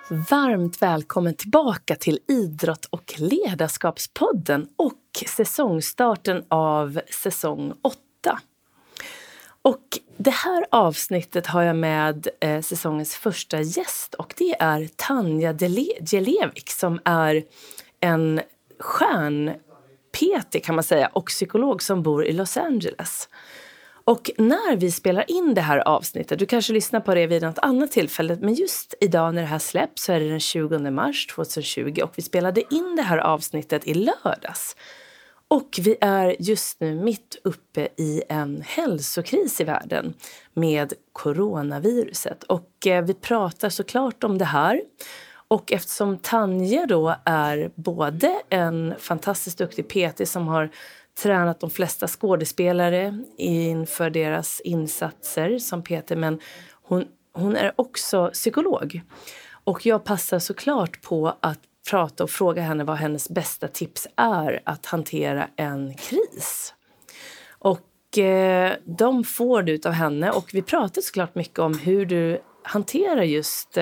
Varmt välkommen tillbaka till Idrott och ledarskapspodden och säsongstarten av säsong 8. Och det här avsnittet har jag med säsongens första gäst, och det är Tanja Djelevic som är en stjärn-PT kan man säga och psykolog som bor i Los Angeles. Och när vi spelar in det här avsnittet, du kanske lyssnar på det vid något annat tillfälle, men just idag när det här släpps så är det den 20 mars 2020 och vi spelade in det här avsnittet i lördags. Och vi är just nu mitt uppe i en hälsokris i världen med coronaviruset. Och vi pratar såklart om det här. Och eftersom Tanja då är både en fantastiskt duktig PT som har tränat de flesta skådespelare inför deras insatser som PT, men hon är också psykolog. Och jag passar såklart på att prata och fråga henne vad hennes bästa tips är att hantera en kris. Och de får du av henne, och vi pratar såklart mycket om hur du hanterar just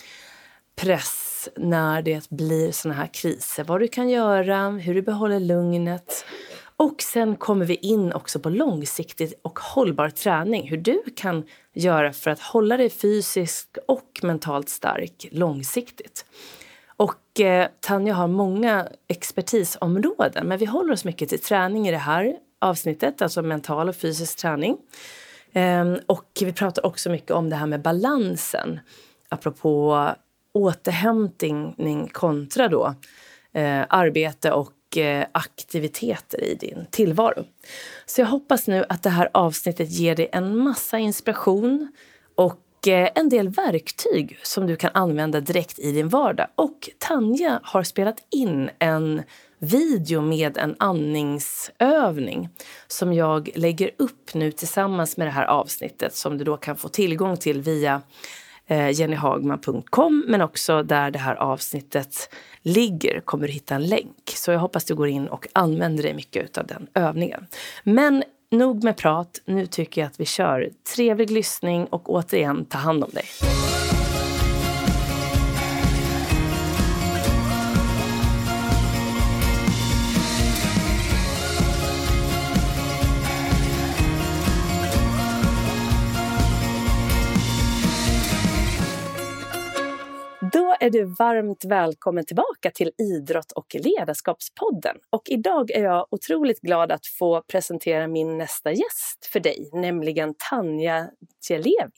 press när det blir såna här kriser. Vad du kan göra, hur du behåller lugnet. Och sen kommer vi in också på långsiktig och hållbar träning. Hur du kan göra för att hålla dig fysiskt och mentalt stark långsiktigt. Och Tanja har många expertisområden. Men vi håller oss mycket till träning i det här avsnittet. Alltså mental och fysisk träning. Och vi pratar också mycket om det här med balansen. Apropå återhämtning kontra då arbete och aktiviteter i din tillvaro. Så jag hoppas nu att det här avsnittet ger dig en massa inspiration och en del verktyg som du kan använda direkt i din vardag. Och Tanja har spelat in en video med en andningsövning som jag lägger upp nu tillsammans med det här avsnittet, som du då kan få tillgång till via jennyhagman.com, men också där det här avsnittet ligger kommer du hitta en länk. Så jag hoppas du går in och använder dig mycket av den övningen. Men nog med prat, nu tycker jag att vi kör. Trevlig lyssning och återigen ta hand om dig. Då är du varmt välkommen tillbaka till Idrott och ledarskapspodden. Och idag är jag otroligt glad att få presentera min nästa gäst för dig, nämligen Tanja Djelevic.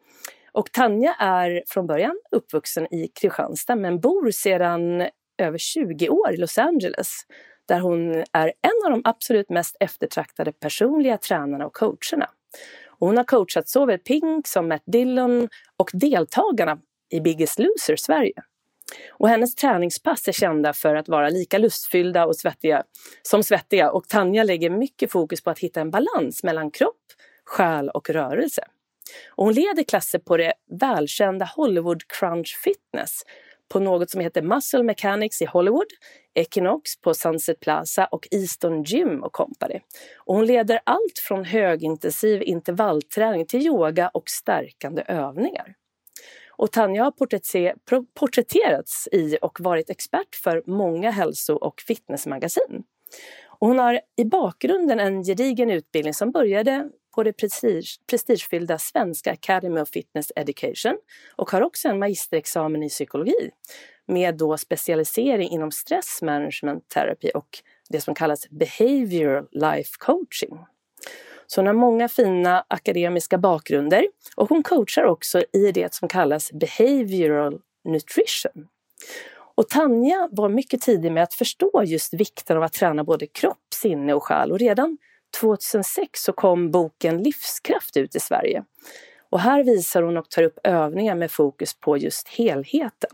Och Tanja är från början uppvuxen i Kristianstad men bor sedan över 20 år i Los Angeles, där hon är en av de absolut mest eftertraktade personliga tränarna och coacherna. Och hon har coachat såväl Pink som Matt Dillon och deltagarna i Biggest Loser Sverige. Och hennes träningspass är kända för att vara lika lustfyllda och svettiga. Och Tanja lägger mycket fokus på att hitta en balans mellan kropp, själ och rörelse. Och hon leder klasser på det välkända Hollywood Crunch Fitness på något som heter Muscle Mechanics i Hollywood, Equinox på Sunset Plaza och Easton Gym och Company. Och hon leder allt från högintensiv intervallträning till yoga och stärkande övningar. Och Tanja har porträtterats i och varit expert för många hälso- och fitnessmagasin. Och hon har i bakgrunden en gedigen utbildning som började på det prestigefyllda Svenska Academy of Fitness Education och har också en magisterexamen i psykologi med då specialisering inom stress management therapy och det som kallas behavioral life coaching. Så hon har många fina akademiska bakgrunder och hon coachar också i det som kallas behavioral nutrition. Och Tanja var mycket tidig med att förstå just vikten av att träna både kropp, sinne och själ. Och redan 2006 så kom boken Livskraft ut i Sverige. Och här visar hon och tar upp övningar med fokus på just helheten.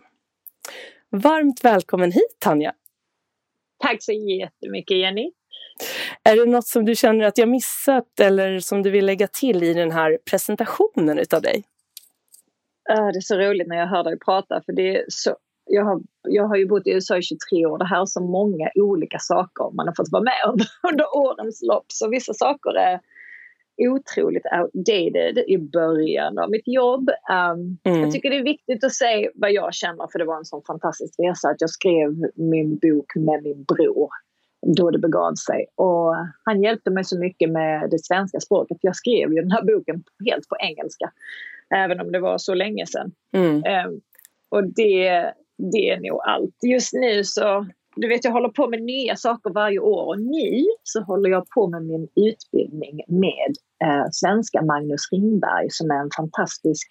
Varmt välkommen hit, Tanja! Tack så jättemycket, Jenny! Är det något som du känner att jag missat eller som du vill lägga till i den här presentationen utav dig? Det är så roligt när jag hör dig prata, för det är så, jag har ju bott i USA i 23 år. Det här är så många olika saker man har fått vara med om under årens lopp. Så vissa saker är otroligt outdated i början av mitt jobb. Jag tycker det är viktigt att säga vad jag känner, för det var en sån fantastisk resa att jag skrev min bok med min bror då det begav sig. Och han hjälpte mig så mycket med det svenska språket. Jag skrev ju den här boken helt på engelska, även om det var så länge sedan. Och det är nog allt. Just nu så, du vet, jag håller på med nya saker varje år, och nu så håller jag på med min utbildning med svenska Magnus Ringberg, som är en fantastisk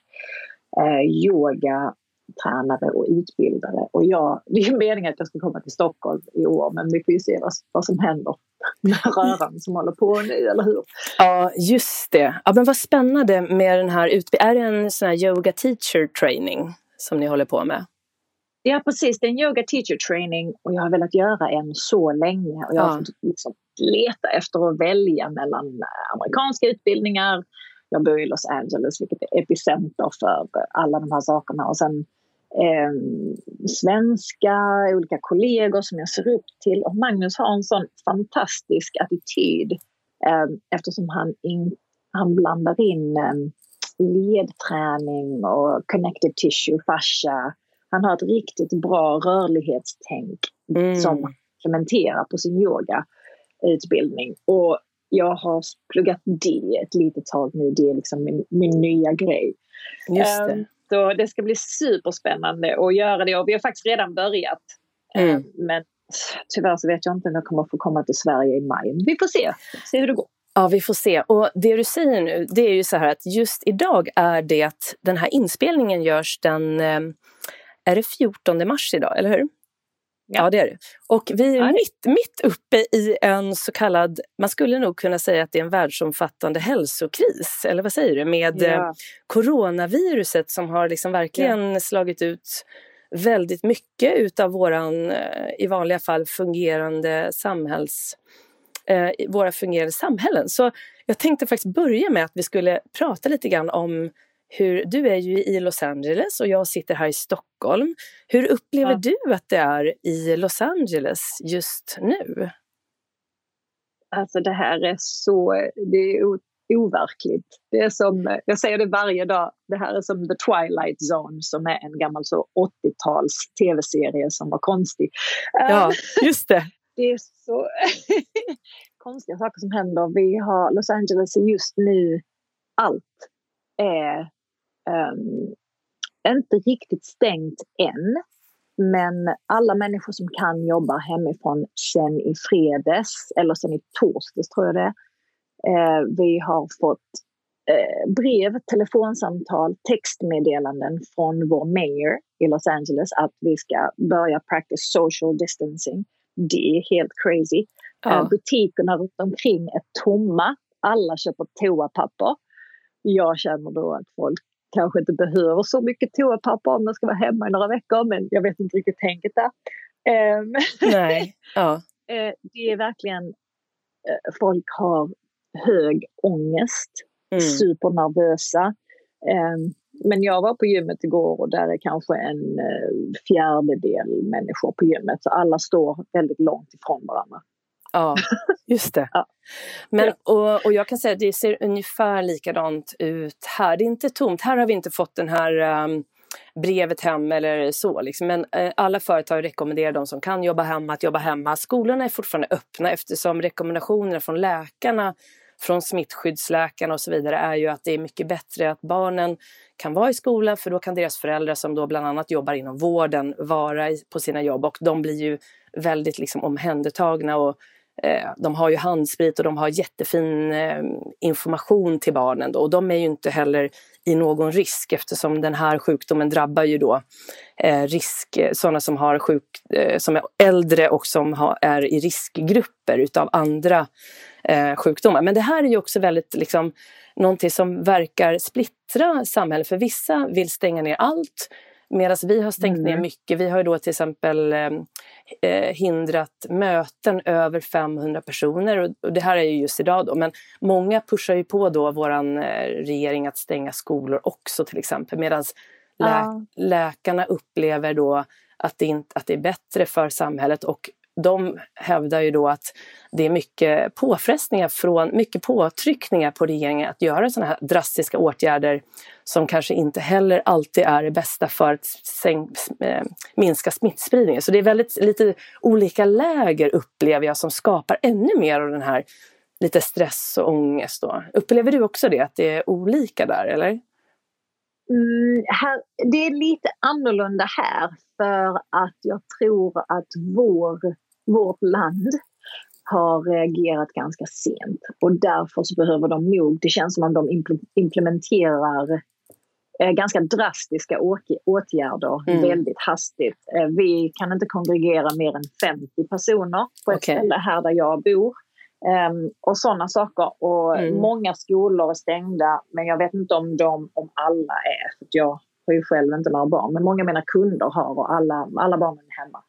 yogatränare och utbildare. Och det är ju meningen att jag ska komma till Stockholm i år, men vi får ju se vad som händer med röran som håller på nu, eller hur? Ja, just det. Ja, men vad spännande med den här utbildningen. Är det en sån här yoga teacher training som ni håller på med? Ja, precis. Det är en yoga teacher training, och jag har velat göra en så länge. Och jag har fått liksom leta efter att välja mellan amerikanska utbildningar. Jag bor i Los Angeles, vilket är epicenter för alla de här sakerna. Och sen svenska, olika kollegor som jag ser upp till. Och Magnus har en sån fantastisk attityd, eftersom han blandar in ledträning och connective tissue, fascia. Han har ett riktigt bra rörlighetstänk som han implementerar på sin yogautbildning. Och jag har pluggat det ett litet tag nu. Det är liksom min nya grej. Just det. Så det ska bli superspännande att göra det. Och vi har faktiskt redan börjat. Men tyvärr så vet jag inte om jag kommer få komma till Sverige i maj. Vi får se hur det går. Ja, vi får se. Och det du säger nu, det är ju så här att just idag är det att den här inspelningen görs är det 14 mars idag, eller hur? Ja, det är det. Och vi är mitt uppe i en så kallad, man skulle nog kunna säga att det är en världsomfattande hälsokris, eller vad säger du? Med coronaviruset som har liksom verkligen slagit ut väldigt mycket utav våran, i vanliga fall, våra fungerande samhällen. Så jag tänkte faktiskt börja med att vi skulle prata lite grann om hur du är ju i Los Angeles och jag sitter här i Stockholm. Hur upplever du att det är i Los Angeles just nu? Alltså det här är det är overkligt. Det är som, jag säger det varje dag, det här är som The Twilight Zone, som är en gammal så 80-tals tv-serie som var konstig. Ja, just det. Det är så konstiga saker som händer. Vi har Los Angeles just nu, allt är inte riktigt stängt än, men alla människor som kan jobba hemifrån sen i fredags eller sen i torsdags tror jag det. Vi har fått brev, telefonsamtal, textmeddelanden från vår mayor i Los Angeles att vi ska börja practice social distancing. Det är helt crazy. Butikerna runt omkring är tomma. Alla köper toapapper. Jag känner då att folk kanske inte behöver så mycket toapapper om de ska vara hemma i några veckor, men jag vet inte riktigt tänket där. Nej. Ja. Det är verkligen, folk har hög ångest, supernervösa. Men jag var på gymmet igår och där är kanske en fjärdedel människor på gymmet, så alla står väldigt långt ifrån varandra. Ja, just det. Ja. Men, och jag kan säga att det ser ungefär likadant ut här. Det är inte tomt. Här har vi inte fått den här brevet hem eller så. Liksom. Men alla företag rekommenderar de som kan jobba hemma att jobba hemma. Skolorna är fortfarande öppna eftersom rekommendationerna från läkarna, från smittskyddsläkarna och så vidare är ju att det är mycket bättre att barnen kan vara i skolan, för då kan deras föräldrar som då bland annat jobbar inom vården vara på sina jobb, och de blir ju väldigt liksom omhändertagna och de har ju handsprit och de har jättefin information till barnen då, och de är ju inte heller i någon risk eftersom den här sjukdomen drabbar ju då sådana som har som är äldre och som är i riskgrupper utav andra sjukdomar. Men det här är ju också väldigt liksom någonting som verkar splittra samhället, för vissa vill stänga ner allt medan vi har stängt ner mycket. Vi har ju då till exempel hindrat möten över 500 personer och det här är ju just idag då, men många pushar ju på då våran regering att stänga skolor också till exempel, medan läkarna upplever då att det är bättre för samhället och de hävdar ju då att det är mycket mycket påtryckningar på regeringen att göra sådana här drastiska åtgärder som kanske inte heller alltid är det bästa för att minska smittspridningen. Så det är väldigt lite olika läger, upplever jag, som skapar ännu mer av den här lite stress och ångest då. Upplever du också det, att det är olika där, eller? Det är lite annorlunda här, för att jag tror att vårt land har reagerat ganska sent, och därför så behöver de nog, det känns som om de implementerar ganska drastiska åtgärder väldigt hastigt. Vi kan inte kongregera mer än 50 personer på ett ställe här där jag bor. Och sådana saker. Och många skolor är stängda, men jag vet inte om alla är, för jag har ju själv inte några barn, men många av mina kunder har, och alla barnen är hemma.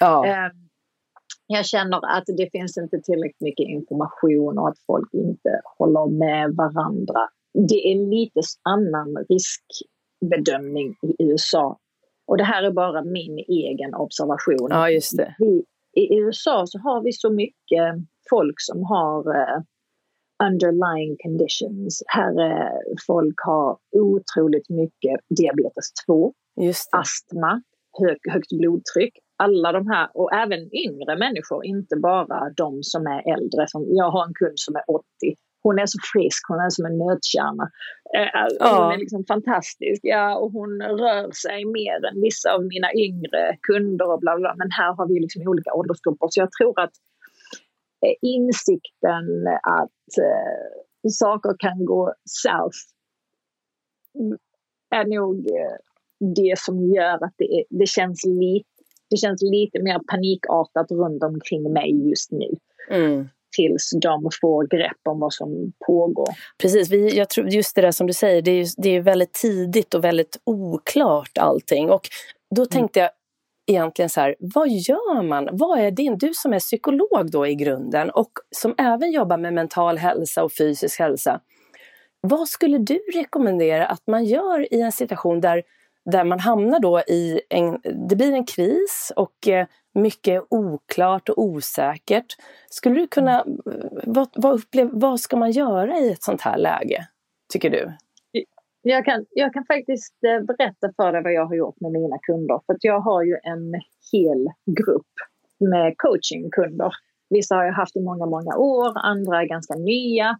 Jag känner att det finns inte tillräckligt mycket information och att folk inte håller med varandra. Det är lite annan riskbedömning i USA, och det här är bara min egen observation. Ja, just det. I USA så har vi så mycket folk som har underlying conditions. Här folk har otroligt mycket diabetes 2, astma, högt blodtryck. Alla de här, och även yngre människor, inte bara de som är äldre. Jag har en kund som är 80. Hon är så frisk, hon är som en nötkärna. Hon är liksom fantastisk. Ja, och hon rör sig mer än vissa av mina yngre kunder och bla bla. Men här har vi liksom olika åldersgrupper. Så jag tror att insikten att saker kan gå south är nog det som gör att det känns lite mer panikartat runt omkring mig just nu. Tills de får grepp om vad som pågår. Precis, jag tror just det där som du säger, det är väldigt tidigt och väldigt oklart allting. Och då tänkte jag egentligen så här, vad gör man? Vad är du som är psykolog då i grunden och som även jobbar med mental hälsa och fysisk hälsa. Vad skulle du rekommendera att man gör i en situation där man hamnar då det blir en kris och mycket oklart och osäkert. Skulle du kunna, vad ska man göra i ett sånt här läge, tycker du? Jag kan faktiskt berätta för dig vad jag har gjort med mina kunder. För att jag har ju en hel grupp med coachingkunder. Vissa har jag haft i många, många år, andra är ganska nya.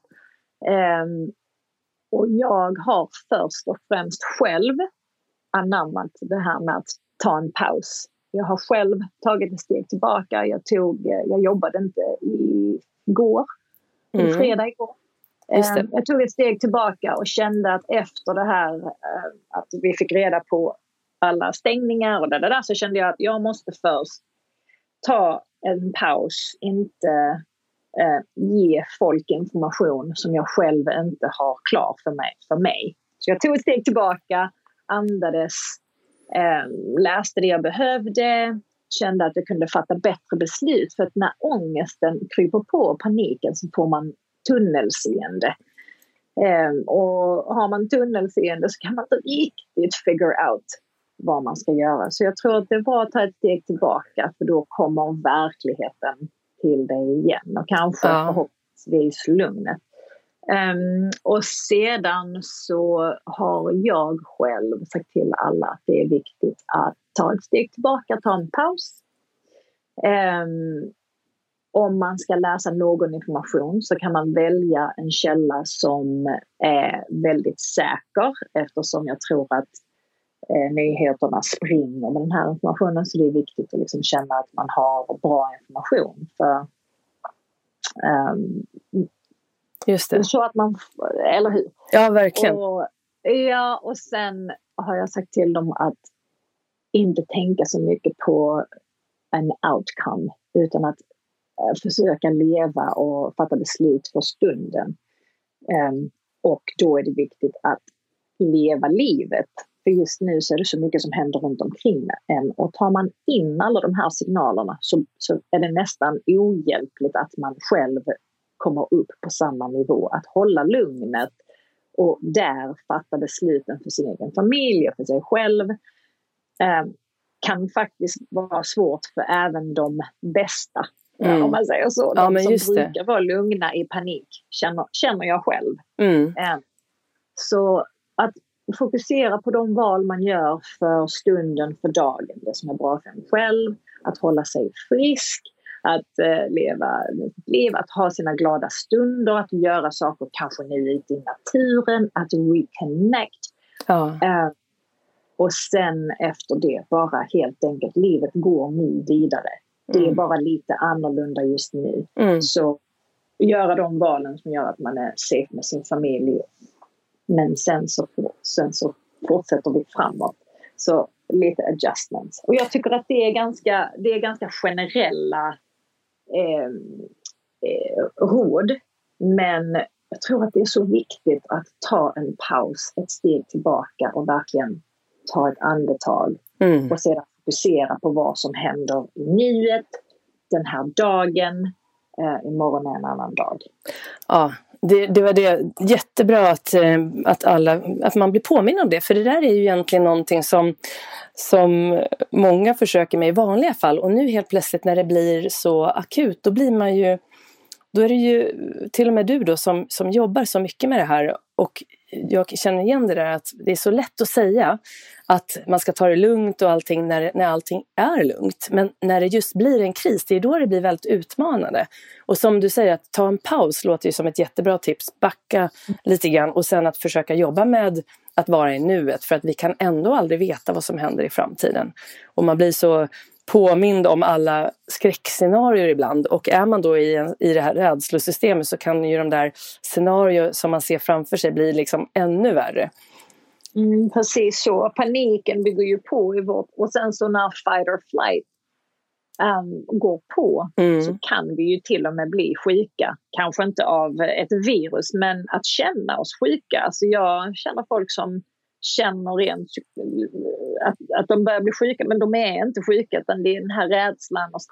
Och jag har först och främst själv anammat det här med att ta en paus. Jag har själv tagit ett steg tillbaka. Jag jobbade inte fredag igår. Jag tog ett steg tillbaka och kände att efter det här att vi fick reda på alla stängningar och där så kände jag att jag måste först ta en paus, inte ge folk information som jag själv inte har klar för mig. Så jag tog ett steg tillbaka, andades, läste det jag behövde, kände att jag kunde fatta bättre beslut, för att när ångesten kryper på, paniken, så får man tunnelseende. Och har man tunnelseende så kan man inte riktigt figure out vad man ska göra. Så jag tror att det är bra att ta ett steg tillbaka, för då kommer verkligheten till dig igen och kanske förhoppningsvis lugnet. Och sedan så har jag själv sagt till alla att det är viktigt att ta ett steg tillbaka, ta en paus. Om man ska läsa någon information så kan man välja en källa som är väldigt säker, eftersom jag tror att nyheterna springer med den här informationen, så det är viktigt att liksom känna att man har bra information. För just det. Så att man, eller hur? Ja, verkligen. Och sen har jag sagt till dem att inte tänka så mycket på en outcome, utan att försöka leva och fatta beslut för stunden. Och då är det viktigt att leva livet. För just nu så är det så mycket som händer runt omkring en. Och tar man in alla de här signalerna så är det nästan ohjälpligt att man själv kommer upp på samma nivå. Att hålla lugnet och där fatta besluten för sin egen familj och för sig själv. kan faktiskt vara svårt för även de bästa. Om man säger så. De som brukar vara lugna i panik känner jag själv. Så att fokusera på de val man gör för stunden, för dagen. Det som är bra för en själv. Att hålla sig frisk. Att leva ett liv. Att ha sina glada stunder. Att göra saker kanske nu ute i naturen. Att reconnect. Och sen efter det bara helt enkelt. Livet går nu vidare. Det är bara lite annorlunda just nu. Så göra de valen som gör att man är safe med sin familj. Men sen så fortsätter vi framåt. Så lite adjustments. Och jag tycker att det är ganska generella råd. Men jag tror att det är så viktigt att ta en paus, ett steg tillbaka och verkligen ta ett andetag. Och sedan fokusera på vad som händer i nuet, den här dagen, imorgon är en annan dag. Ja, det var det. Jättebra att man blir påminn om det. För det där är ju egentligen någonting som många försöker med i vanliga fall. Och nu helt plötsligt när det blir så akut, då är det ju till och med du då som jobbar så mycket med det här. Och jag känner igen det där att det är så lätt att säga att man ska ta det lugnt och allting när allting är lugnt. Men när det just blir en kris, det är då det blir väldigt utmanande. Och som du säger, att ta en paus låter ju som ett jättebra tips. Backa lite grann och sen att försöka jobba med att vara i nuet. För att vi kan ändå aldrig veta vad som händer i framtiden. Och man blir så påmind om alla skräckscenarier ibland. Och är man då i det här rädslosystemet så kan ju de där scenarier som man ser framför sig bli liksom ännu värre. Precis så. Paniken bygger ju på i vårt. Och sen så när fight or flight går på så kan vi ju till och med bli sjuka. Kanske inte av ett virus, men att känna oss sjuka. Alltså jag känner folk som känner rent att de börjar bli sjuka, men de är inte sjuka, utan det är den här rädslan och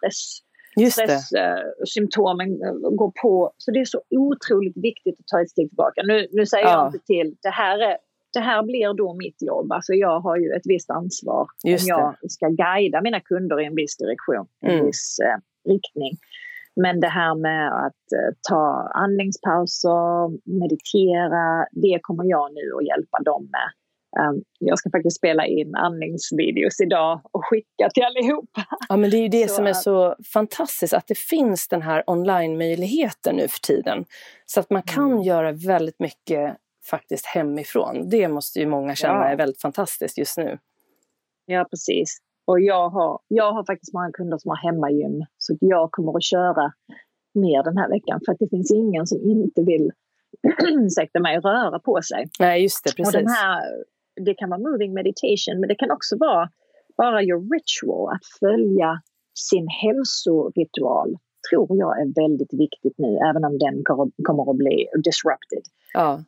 stresssymptomen går på. Så det är så otroligt viktigt att ta ett steg tillbaka. Nu säger jag inte till, det här blir då mitt jobb. Alltså jag har ju ett visst ansvar om jag ska guida mina kunder i en viss direktion, en viss riktning. Men det här med att ta andningspauser, meditera, det kommer jag nu att hjälpa dem med. Jag ska faktiskt spela in andningsvideos idag och skicka till allihopa. Ja, men det är ju det som är så fantastiskt, att det finns den här online-möjligheten nu för tiden. Så att man kan göra väldigt mycket faktiskt hemifrån. Det måste ju många känna är väldigt fantastiskt just nu. Ja, precis. Och jag har faktiskt många kunder som har hemmagym. Så jag kommer att köra mer den här veckan. För att det finns ingen som inte vill röra på sig. Nej, just det, precis. Och det kan vara moving meditation, men det kan också vara bara your ritual. Att följa sin hälsoritual tror jag är väldigt viktigt nu. Även om den kommer att bli disrupted. Ja.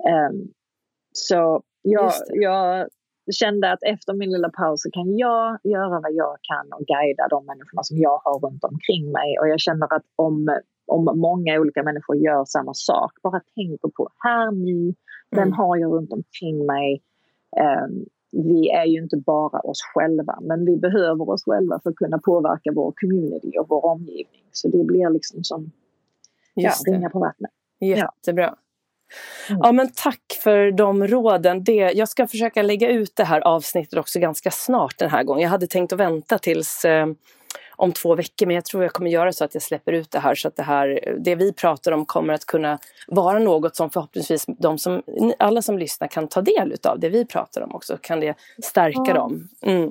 Så jag kände att efter min lilla paus så kan jag göra vad jag kan och guida de människorna som jag har runt omkring mig. Och jag känner att om många olika människor gör samma sak, bara tänker på här nu, vem har jag runt omkring mig? Vi är ju inte bara oss själva, men vi behöver oss själva för att kunna påverka vår community och vår omgivning. Så det blir liksom som ringa på vattnet. Jättebra. Ja, men tack för de råden. Jag ska försöka lägga ut det här avsnittet också ganska snart den här gången. Jag hade tänkt att vänta tills om 2 veckor, men jag tror jag kommer göra så att jag släpper ut det här, så att det vi pratar om kommer att kunna vara något som förhoppningsvis alla som lyssnar kan ta del av. Det vi pratar om också, kan det stärka dem.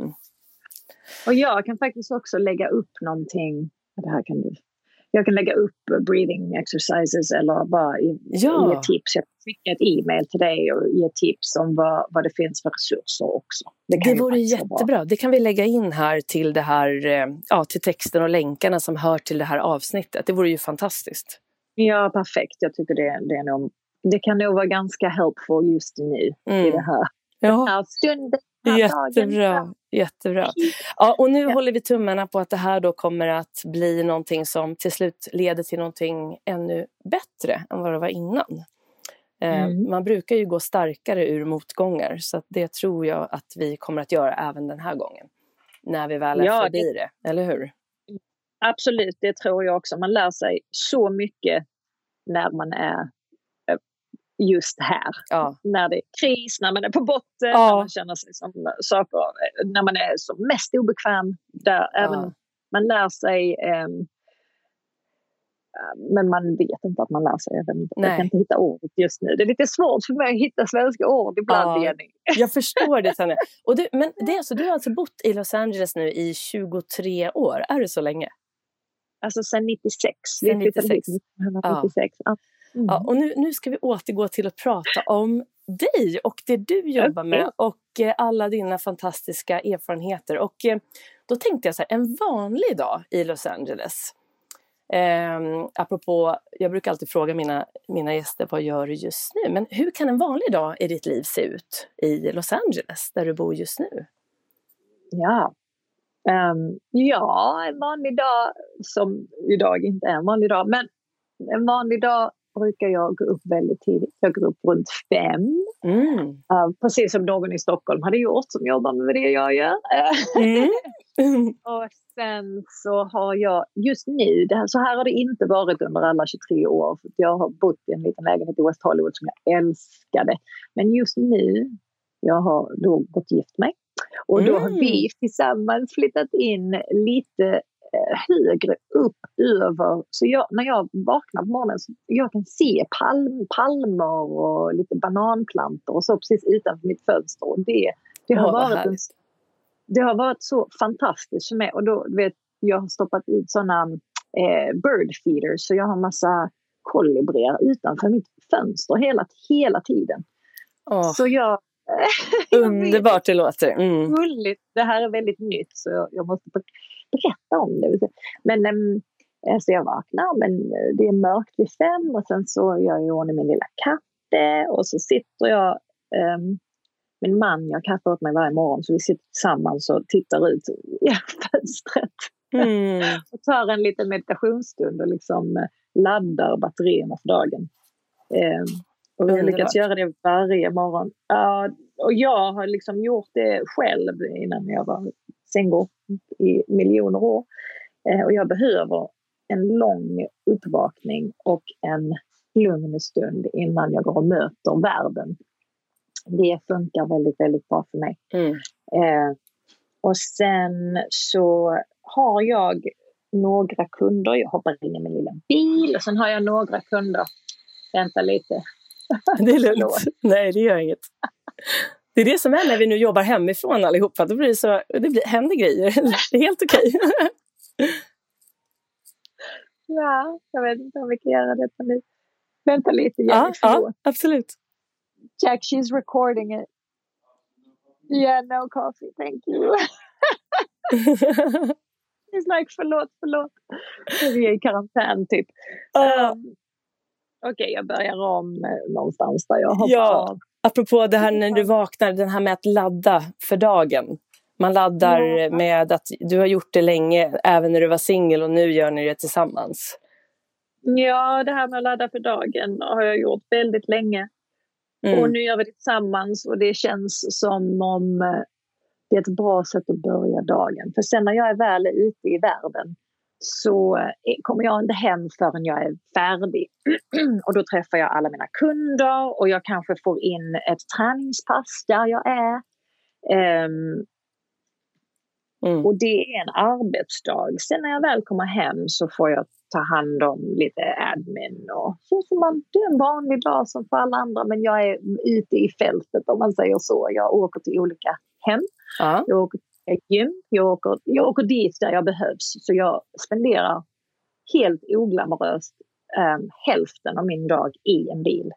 Och jag kan faktiskt också lägga upp någonting. Jag kan lägga upp breathing exercises eller bara ge tips. Jag skickar ett e-mail till dig och ge tips om vad det finns för resurser också. Det vore jättebra. Det kan vi lägga in här till det här, till texten och länkarna som hör till det här avsnittet. Det vore ju fantastiskt. Ja, perfekt. Jag tycker det kan nog vara ganska helpful just nu i det här. Den här stunden. Jättebra. Ja, och nu håller vi tummarna på att det här då kommer att bli någonting som till slut leder till någonting ännu bättre än vad det var innan. Man brukar ju gå starkare ur motgångar, så att det tror jag att vi kommer att göra även den här gången. när vi väl är förbi det, eller hur? Absolut, det tror jag också. Man lär sig så mycket när man är just här. Ja. När det är kris, när man är på botten, när man känner sig som saker, när man är som mest obekväm. Där även man lär sig, men man vet inte att man lär sig. Jag kan inte hitta ordet just nu. Det är lite svårt för mig att hitta svenska ord ibland. Jag förstår det, Tanja. Men det är så, du har alltså bott i Los Angeles nu i 23 år. Är det så länge? Alltså sedan 96. Sen 96. Ja. Ja, och nu ska vi återgå till att prata om dig och det du jobbar med och alla dina fantastiska erfarenheter. Och då tänkte jag så här, en vanlig dag i Los Angeles. Apropå, jag brukar alltid fråga mina gäster, vad gör du just nu? Men hur kan en vanlig dag i ditt liv se ut i Los Angeles där du bor just nu? Ja, en vanlig dag som idag inte är en vanlig dag. Men en vanlig dag brukar jag gå upp väldigt tidigt. Jag går upp runt 5. Precis som någon i Stockholm hade gjort som jobbar med det jag gör. Och sen så har jag just nu, så här har det inte varit under alla 23 år. För jag har bott i en liten lägenhet i West Hollywood som jag älskade. Men just nu, jag har då gått gift mig. Och då har vi tillsammans flyttat in lite högre upp över, så när jag vaknar på morgonen så jag kan se palmer och lite bananplantor och så precis utanför mitt fönster, och det har varit så fantastiskt för mig. Och då jag har stoppat ut sådana bird feeders, så jag har massa kolibrier utanför mitt fönster hela tiden. Så jag underbart det låter. Det här är väldigt nytt, så jag måste berätta om det. Men så jag vaknar, men det är mörkt vid 5 och sen så gör jag i ordning min lilla kaffe och så sitter jag, min man gör kaffe åt mig varje morgon, så vi sitter tillsammans och tittar ut i fönstret och tar en liten meditationsstund och liksom laddar batterierna för dagen. Och vi har lyckats göra det varje morgon. Och jag har liksom gjort det själv innan jag var single i miljoner år. Och jag behöver en lång uppvakning och en lugn stund innan jag går och möter världen. Det funkar väldigt, väldigt bra för mig. Och sen så har jag några kunder. Jag hoppar in i min lilla bil och sen har jag några kunder. Vänta lite. Det är lugnt. Nej, det gör inget. Det är det som är när vi nu jobbar hemifrån allihopa. Då blir det händer grejer. Det är helt okej. Ja, jag vet inte om vi kan göra detta nu. Vänta lite, ja, absolut. Jack, she's recording it. Yeah, no coffee, thank you. He's like, förlåt. Vi är i karantän typ. Okej, jag börjar om någonstans där jag hoppar av. Apropå det här när du vaknar, den här med att ladda för dagen. Man laddar med att du har gjort det länge, även när du var singel, och nu gör ni det tillsammans. Ja, det här med att ladda för dagen har jag gjort väldigt länge. Och nu gör vi det tillsammans, och det känns som om det är ett bra sätt att börja dagen. För sen när jag är väl ute i världen så kommer jag inte hem förrän jag är färdig. Och då träffar jag alla mina kunder och jag kanske får in ett träningspass där jag är. Och det är en arbetsdag. Sen när jag väl kommer hem så får jag ta hand om lite admin och så som det är en vanlig dag som för alla andra, men jag är ute i fältet om man säger så. Jag åker till olika hem. Jag åker till gym. Jag åker dit där jag behövs. Så jag spenderar helt oglamoröst hälften av min dag i en bil.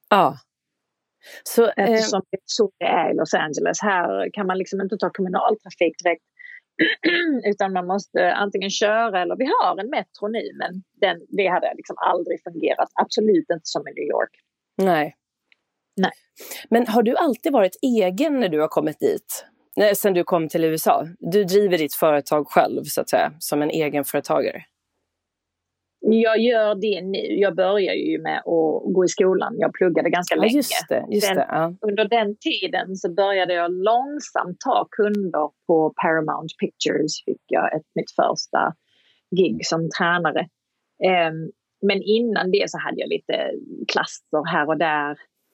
Så, eftersom det är så det är i Los Angeles. Här kan man liksom inte ta kommunaltrafik direkt. Utan man måste antingen köra, eller vi har en metro nu, men det hade liksom aldrig fungerat. Absolut inte som i New York. Nej. Men har du alltid varit egen när du har kommit dit? Sen du kom till USA? Du driver ditt företag själv så att säga, som en egenföretagare? Jag gör det nu. Jag börjar ju med att gå i skolan. Jag pluggade ganska länge. Just det. Ja. Under den tiden så började jag långsamt ta kunder på Paramount Pictures. Fick jag mitt första gig som tränare. Men innan det så hade jag lite klasser här och där.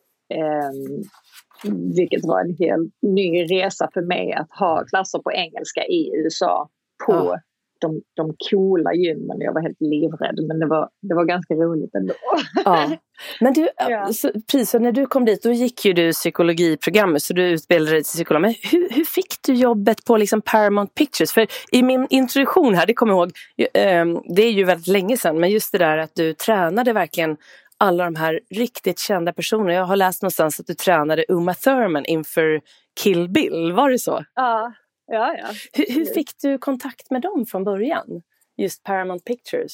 Vilket var en helt ny resa för mig att ha klasser på engelska i USA på de coola gymmen. Jag var helt livrädd, men det var ganska roligt ändå. Ja. Men du, så när du kom dit, då gick ju du psykologiprogrammet, så du utbildade dig till psykolog. Men hur fick du jobbet på liksom Paramount Pictures? För i min introduktion här, det kommer jag ihåg, det är ju väldigt länge sedan, men just det där att du tränade verkligen alla de här riktigt kända personerna. Jag har läst någonstans att du tränade Uma Thurman inför Kill Bill, var det så? Ja. Hur fick du kontakt med dem från början? Just Paramount Pictures.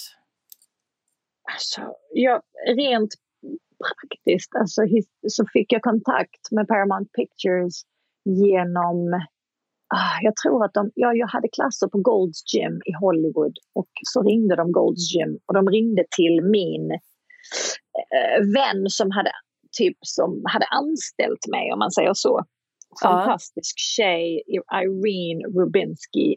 Alltså, rent praktiskt så fick jag kontakt med Paramount Pictures genom... jag tror att jag hade klasser på Gold's Gym i Hollywood, och så ringde de Gold's Gym och de ringde till min vän som hade anställt mig, om man säger så. Fantastisk tjej, Irene Rubinski,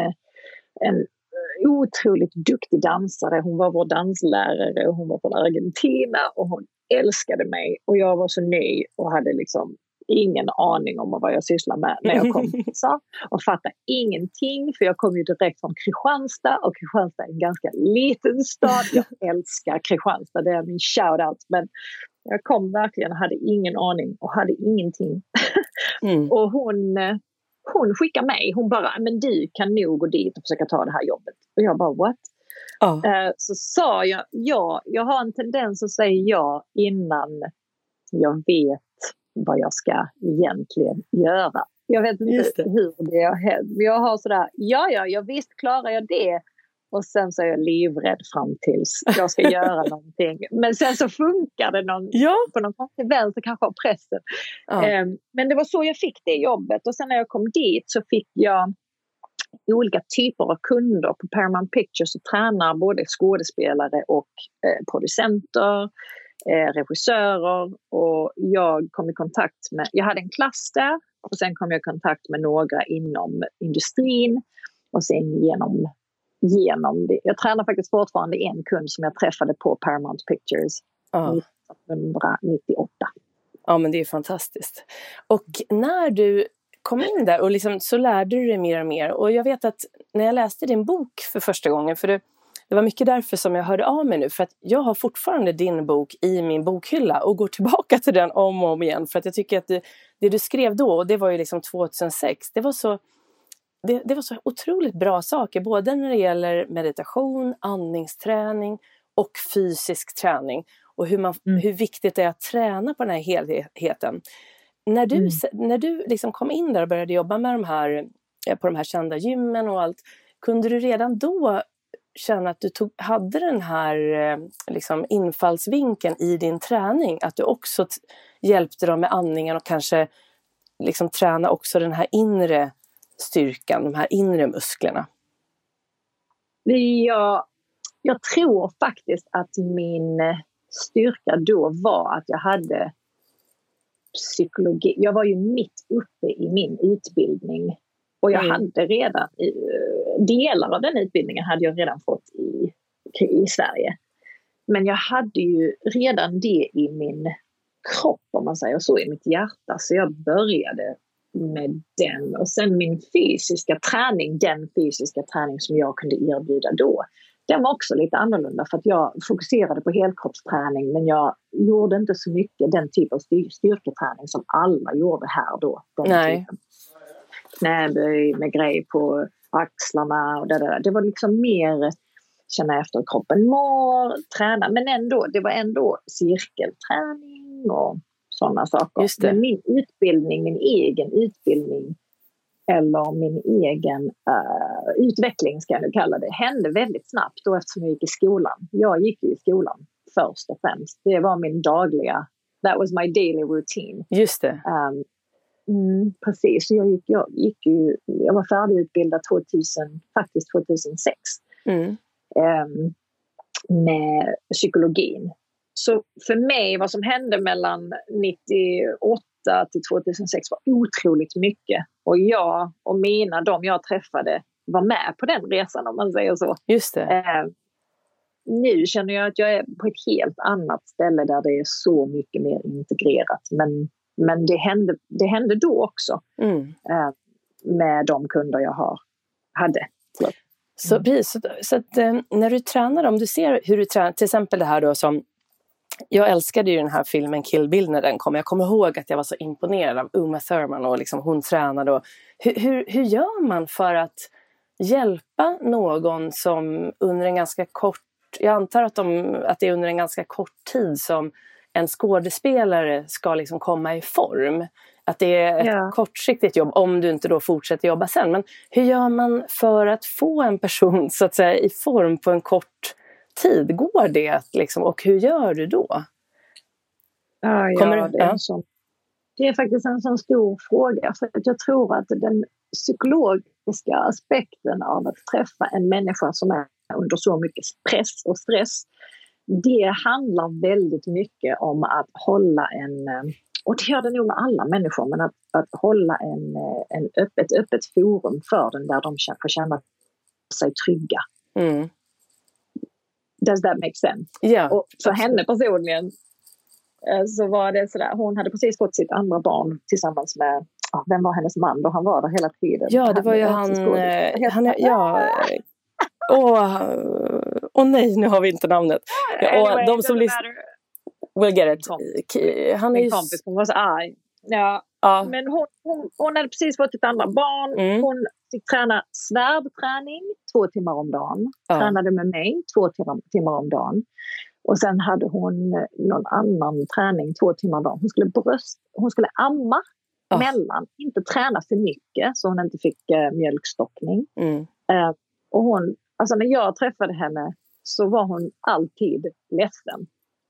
en otroligt duktig dansare. Hon var vår danslärare och hon var från Argentina och hon älskade mig, och jag var så ny och hade liksom ingen aning om vad jag sysslar med när jag kom hit, och fattade ingenting, för jag kom ju direkt från Kristianstad, och Kristianstad är en ganska liten stad. Jag älskar Kristianstad, det är min shoutout, men jag kom verkligen och hade ingen aning och hade ingenting. Och hon skickade mig, hon bara, men du kan nog gå dit och försöka ta det här jobbet. Och jag bara, what? Så sa jag, jag har en tendens att säga ja innan jag vet vad jag ska egentligen göra. Jag vet inte hur det har hänt, men jag har sådär, jag visst klarar jag det. Och sen så är jag livrädd fram tills jag ska göra någonting. Men sen så funkar det på någon konstig vänster, kanske av pressen. Men det var så jag fick det jobbet. Och sen när jag kom dit så fick jag olika typer av kunder på Paramount Pictures, och tränar både skådespelare och producenter, regissörer. Och jag kom i kontakt med, jag hade en klass där, och sen kom jag i kontakt med några inom industrin, och sen genom det. Jag tränar faktiskt fortfarande en kund som jag träffade på Paramount Pictures 1998. Ja, men det är fantastiskt. Och när du kom in där och liksom, så lärde du dig mer och mer. Och jag vet att när jag läste din bok för första gången, för det var mycket därför som jag hörde av mig nu, för att jag har fortfarande din bok i min bokhylla och går tillbaka till den om och om igen, för att jag tycker att det du skrev då, och det var ju liksom 2006, det var så otroligt bra saker, både när det gäller meditation, andningsträning och fysisk träning, och hur viktigt det är att träna på den här helheten. När du liksom kom in där och började jobba med på de här kända gymmen och allt, kunde du redan då känna att du hade den här liksom infallsvinkeln i din träning, att du också hjälpte dem med andningen och kanske liksom träna också den här inre styrkan, de här inre musklerna? Jag tror faktiskt att min styrka då var att jag hade psykologi. Jag var ju mitt uppe i min utbildning, och jag hade redan delar av den utbildningen hade jag redan fått i Sverige. Men jag hade ju redan det i min kropp, om man säger så, i mitt hjärta, så jag började med den. Och sen den fysiska träning som jag kunde erbjuda då, den var också lite annorlunda, för att jag fokuserade på helkroppsträning, men jag gjorde inte så mycket den typ av styrketräning som alla gjorde här då. Nej. Knäböj med grej på axlarna och det var liksom mer känna efter kroppen mår, träna, men ändå, det var ändå cirkelträning och sådana saker. Men min egen utbildning eller min egen utveckling, ska jag nu kalla det, hände väldigt snabbt då, eftersom jag gick i skolan. Jag gick ju i skolan först och främst. Det var min dagliga, that was my daily routine. Just det. Precis, så jag var färdigutbildad 2006. med psykologin. Så för mig, vad som hände mellan 98 till 2006 var otroligt mycket. Och jag och de jag träffade var med på den resan, om man säger så. Just det. Nu känner jag att jag är på ett helt annat ställe där det är så mycket mer integrerat. Men det hände då också med de kunder jag hade. Så precis, så att, när du tränar, om du ser hur du tränar, till exempel det här då som, jag älskade ju den här filmen Kill Bill när den kom. Jag kommer ihåg att jag var så imponerad av Uma Thurman och liksom hon tränade. Och hur gör man för att hjälpa någon som under en ganska kort, jag antar att det är under en ganska kort tid som en skådespelare ska liksom komma i form. Att det är ett kortsiktigt jobb om du inte då fortsätter jobba sen. Men hur gör man för att få en person så att säga i form på en kort tid? Går det liksom, och hur gör du då? Det är faktiskt en sån stor fråga. För att jag tror att den psykologiska aspekten av att träffa en människa som är under så mycket press och stress, det handlar väldigt mycket om att hålla och det gör det nog med alla människor, men att hålla ett öppet forum för den där de får känna sig trygga. Does that make sense? Yeah, och för henne personligen så var det sådär, hon hade precis fått sitt andra barn tillsammans med, vem var hennes man då? Han var där hela tiden. Ja, det var ju nej, nu har vi inte namnet. Anyway, de som we'll get it. Min kompis, hon var så arg. Ja. Men hon hade precis fått ett andra barn. Hon fick träna svärdträning 2 timmar om dagen. Tränade med mig 2 timmar om dagen. Och sen hade hon någon annan träning 2 timmar om dagen. Hon skulle amma mellan. Inte träna för mycket så hon inte fick mjölkstockning. Och hon, alltså när jag träffade henne så var hon alltid ledsen.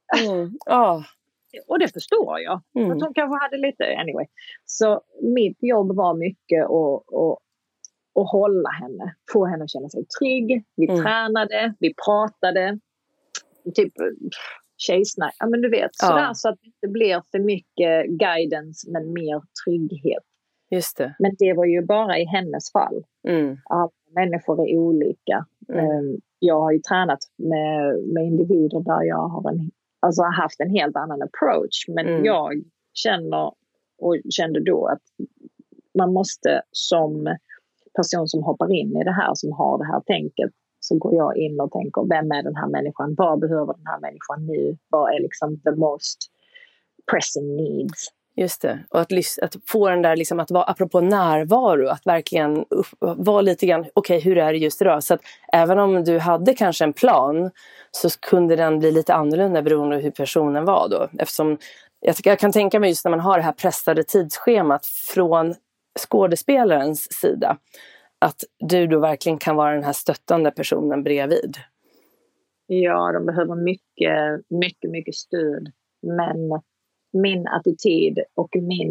Och det förstår jag. Att hon kanske hade lite, anyway. Så mitt jobb var mycket att hålla henne. Få henne att känna sig trygg. Vi tränade, vi pratade. Typ tjejsnack. Ja, men du vet, sådär, så att det inte blir för mycket guidance men mer trygghet. Just det. Men det var ju bara i hennes fall. Alla människor är olika. Jag har ju tränat med individer där jag har haft en helt annan approach. Men jag kände då att man måste som person som hoppar in i det här, som har det här tänket, så går jag in och tänker, vem är den här människan? Vad behöver den här människan nu? Vad är liksom the most pressing needs? Just det. Och att få den där, liksom, att vara, apropå närvaro, att verkligen vara lite grann, okej, hur är det just idag? Så att även om du hade kanske en plan så kunde den bli lite annorlunda beroende på hur personen var då. Eftersom jag kan tänka mig just när man har det här pressade tidsschemat från skådespelarens sida, att du då verkligen kan vara den här stöttande personen bredvid. Ja, de behöver mycket, mycket, mycket stöd. Men min attityd och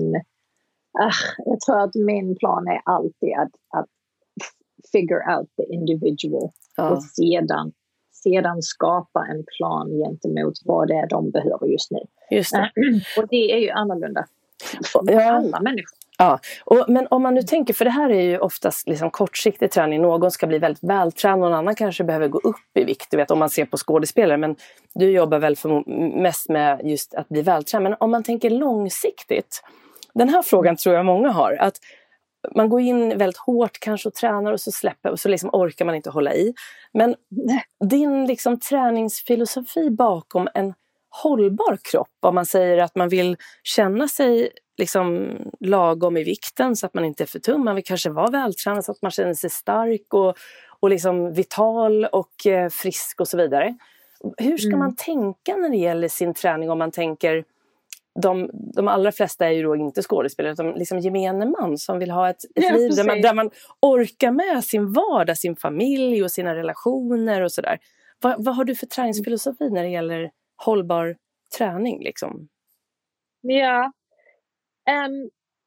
jag tror att min plan är alltid att figure out the individual. Och sedan skapa en plan gentemot vad det är de behöver just nu. Just det. Och det är ju annorlunda för alla människor. Ja, men om man nu tänker, för det här är ju oftast liksom kortsiktig träning, någon ska bli väldigt vältränad, någon annan kanske behöver gå upp i vikt, du vet, om man ser på skådespelare, men du jobbar väl mest med just att bli vältränad. Men om man tänker långsiktigt, den här frågan tror jag många har, att man går in väldigt hårt kanske och tränar och så släpper och så liksom orkar man inte hålla i. Men din liksom träningsfilosofi bakom en hållbar kropp, om man säger att man vill känna sig liksom lagom i vikten så att man inte är för tung, man vill kanske vara vältränad så att man känner sig stark och liksom vital och frisk och så vidare. Hur ska man tänka när det gäller sin träning, om man tänker de allra flesta är ju då inte skådespelare, utan liksom gemene man som vill ha ett liv där man orkar med sin vardag, sin familj och sina relationer och sådär. Vad har du för träningsfilosofi när det gäller hållbar träning liksom? Ja,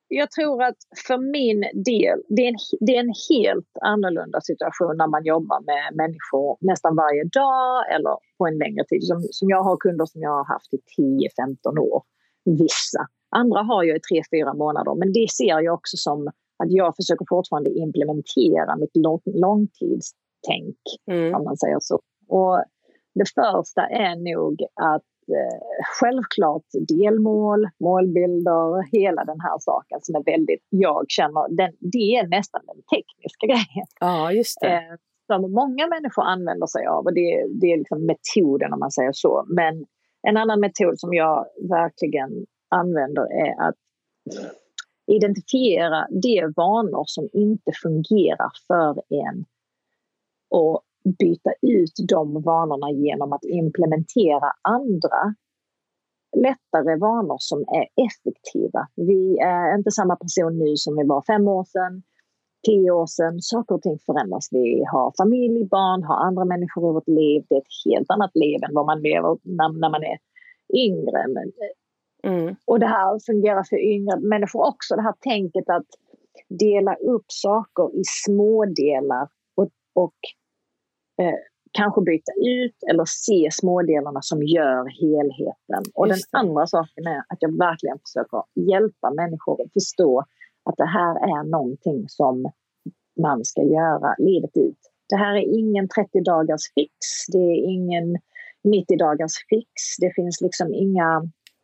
jag tror att för min del, det är en helt annorlunda situation när man jobbar med människor nästan varje dag eller på en längre tid. Som jag har kunder som jag har haft i 10-15 år. Vissa. Andra har jag i 3-4 månader. Men det ser jag också som att jag försöker fortfarande implementera mitt långtidstänk. Om man säger så. Och det första är nog att självklart delmål, målbilder, hela den här saken som är väldigt, jag känner, det är nästan den tekniska grejen. Ja, just det. Som många människor använder sig av och det är liksom metoden om man säger så. Men en annan metod som jag verkligen använder är att identifiera de vanor som inte fungerar för en och byta ut de vanorna genom att implementera andra lättare vanor som är effektiva. Vi är inte samma person nu som vi var 5 år sedan, 10 år sedan. Saker och ting förändras. Vi har familj, barn, har andra människor i vårt liv. Det är ett helt annat liv än vad man lever när man är yngre. Och det här fungerar för yngre människor också. Det här tänket att dela upp saker i små delar och kanske byta ut eller se smådelarna som gör helheten. Och den andra saken är att jag verkligen försöker hjälpa människor att förstå att det här är någonting som man ska göra livet ut. Det här är ingen 30 dagars fix. Det är ingen 90 dagars fix. Det finns liksom inga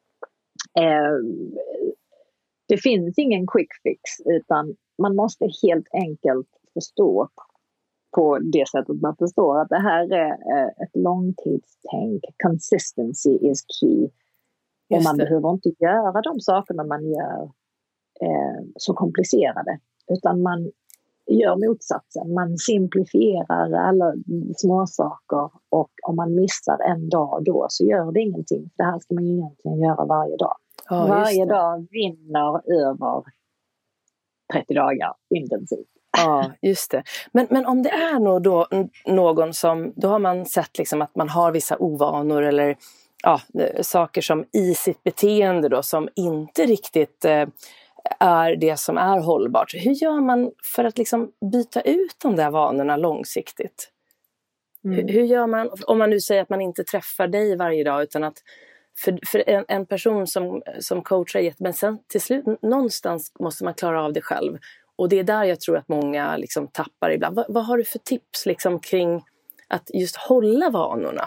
det finns ingen quick fix, utan man måste helt enkelt förstå på det sättet man förstår att det här är ett långtidstänk. Consistency is key. Och man behöver inte göra de sakerna man gör så komplicerade, utan man gör motsatsen. Man simplifierar alla små saker och om man missar en dag då så gör det ingenting. Det här ska man ju egentligen göra varje dag. Ja, varje dag vinner över 30 dagar intensivt. Ja, just det. Men om det är då någon som, då har man sett liksom att man har vissa ovanor eller saker som i sitt beteende då som inte riktigt är det som är hållbart. Hur gör man för att liksom byta ut de där vanorna långsiktigt? Hur gör man, om man nu säger att man inte träffar dig varje dag utan att för en person som coachar, men sen till slut någonstans måste man klara av det själv. Och det är där jag tror att många liksom tappar ibland. Vad har du för tips liksom kring att just hålla vanorna?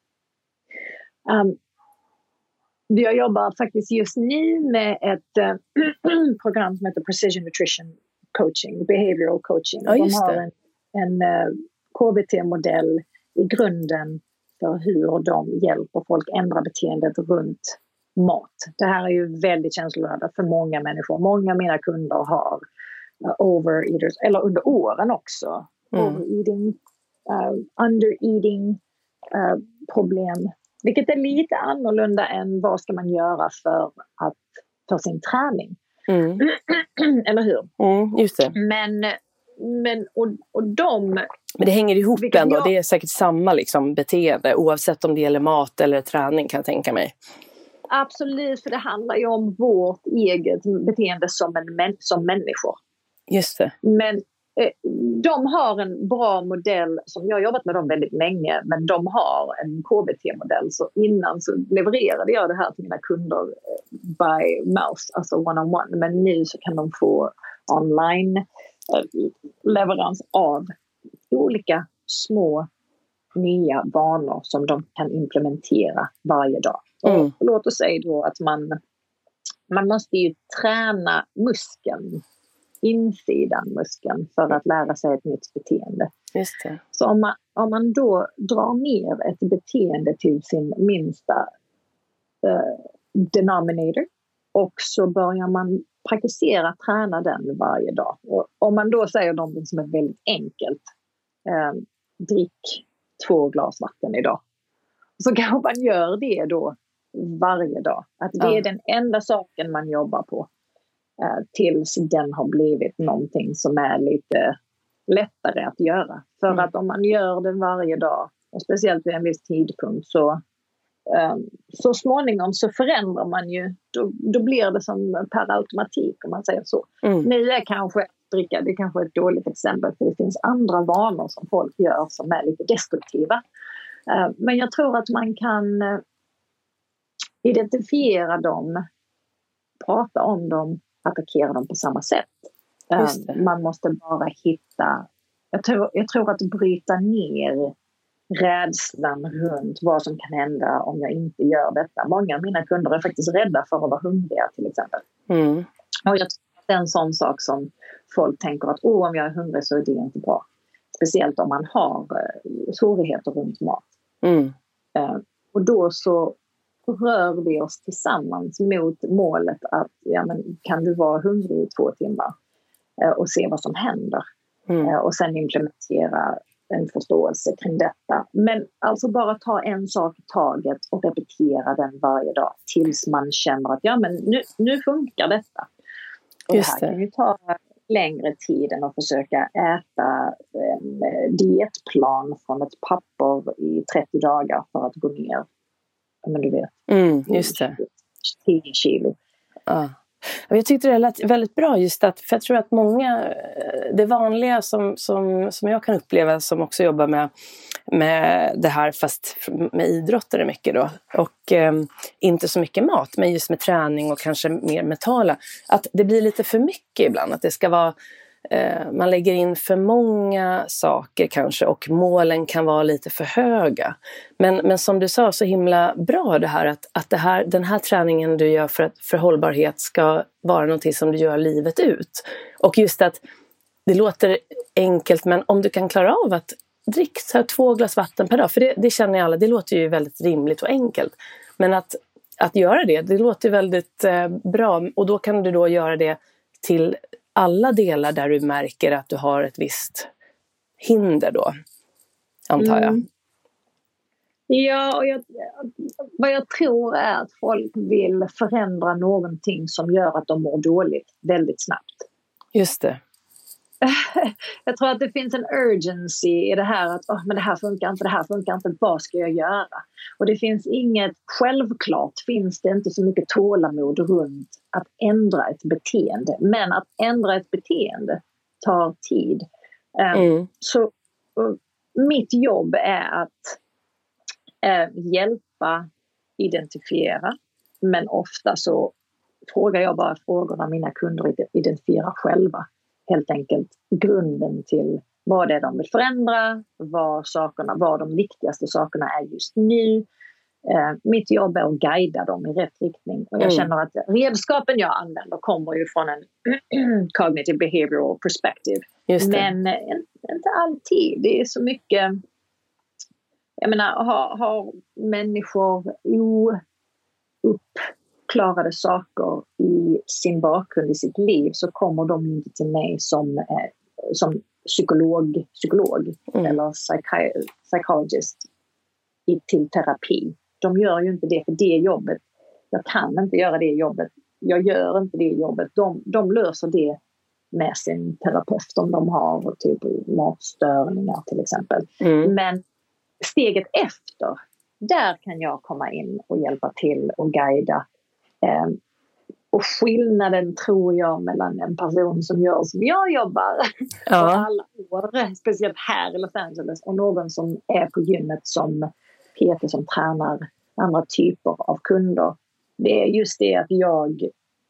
Jag jobbar faktiskt just nu med ett program som heter Precision Nutrition Coaching, Behavioral Coaching. Ja, just det. De har en KBT-modell i grunden för hur de hjälper folk ändra beteendet runt mat. Det här är ju väldigt känsloladdat för många människor. Många av mina kunder har overeaters, eller under åren också. Overeating, undereating problem. Vilket är lite annorlunda än vad ska man göra för sin träning. Eller hur? Just det. Men det hänger ihop ändå. Det är säkert samma liksom beteende oavsett om det gäller mat eller träning, kan jag tänka mig. Absolut, för det handlar ju om vårt eget beteende som människor. Just det. Men de har en bra modell som jag har jobbat med dem väldigt länge, men de har en KBT-modell, så innan så levererade jag det här till mina kunder by mouth, alltså one-on-one, men nu så kan de få online leverans av olika små nya vanor som de kan implementera varje dag. Och låt oss säga då att man måste ju träna muskeln, insidan muskeln, för att lära sig ett nytt beteende. Just det. Så om man då drar ner ett beteende till sin minsta denominator och så börjar man praktisera, träna den varje dag. Och om man då säger något som är väldigt enkelt, drick 2 glas vatten idag. Så kan man göra det då varje dag. Att det är den enda saken man jobbar på. Tills den har blivit någonting som är lite lättare att göra. För att om man gör det varje dag, och speciellt vid en viss tidpunkt, så så småningom så förändrar man ju, då blir det som per automatik om man säger så. Nu är kanske dricka, det är kanske ett dåligt exempel, för det finns andra vanor som folk gör som är lite destruktiva. Men jag tror att man kan identifiera dem, prata om dem, attackera dem på samma sätt. Man måste bara hitta, jag tror att bryta ner rädslan runt vad som kan hända om jag inte gör detta. Många av mina kunder är faktiskt rädda för att vara hungriga till exempel. Och jag tror att det är en sån sak som folk tänker att om jag är hungrig så är det inte bra. Speciellt om man har svårigheter runt mat. Och då så rör vi oss tillsammans mot målet att kan du vara hungrig i 2 timmar och se vad som händer. Och sen implementera en förståelse kring detta. Men alltså bara ta en sak i taget och repetera den varje dag tills man känner att nu funkar detta. Och just det här kan ju ta längre tid än att försöka äta en dietplan från ett papper i 30 dagar för att gå ner. Men du vet. Just det. 10 kilo. Ja. Jag tyckte det lät väldigt bra just att, för jag tror att många, det vanliga som jag kan uppleva som också jobbar med det här fast med idrottare mycket då och inte så mycket mat men just med träning och kanske mer mentala, att det blir lite för mycket ibland, att det ska vara man lägger in för många saker kanske och målen kan vara lite för höga. Men som du sa så himla bra det här att den här träningen du gör för hållbarhet ska vara någonting som du gör livet ut. Och just att det låter enkelt, men om du kan klara av att dricka 2 glas vatten per dag, för det känner alla, det låter ju väldigt rimligt och enkelt. Men att göra det låter väldigt bra, och då kan du då göra det till alla delar där du märker att du har ett visst hinder då, antar jag. Ja, och vad jag tror är att folk vill förändra någonting som gör att de mår dåligt väldigt snabbt. Just det. Jag tror att det finns en urgency i det här att men det här funkar inte, vad ska jag göra? Och det finns självklart finns det inte så mycket tålamod runt att ändra ett beteende. Men att ändra ett beteende tar tid. Så mitt jobb är att hjälpa, identifiera. Men ofta så frågar jag bara frågorna mina kunder identifierar själva. Helt enkelt grunden till vad det är de vill förändra, vad de viktigaste sakerna är just nu. Mitt jobb är att guida dem i rätt riktning. Och jag känner att redskapen jag använder kommer ju från en cognitive behavioral perspective. Men inte alltid. Det är så mycket. Jag menar, har människor uppklarade saker i sin bakgrund, i sitt liv, så kommer de inte till mig som psykolog eller psychologist till terapi. De gör ju inte det för det jobbet. Jag kan inte göra det jobbet. Jag gör inte det jobbet. De löser det med sin terapeut om de har typ matstörningar till exempel. Men steget efter, där kan jag komma in och hjälpa till och guida. Och skillnaden tror jag mellan en person som gör som jag jobbar på alla år, speciellt här i Los Angeles, och någon som är på gymmet som Peter som tränar andra typer av kunder. Det är just det att jag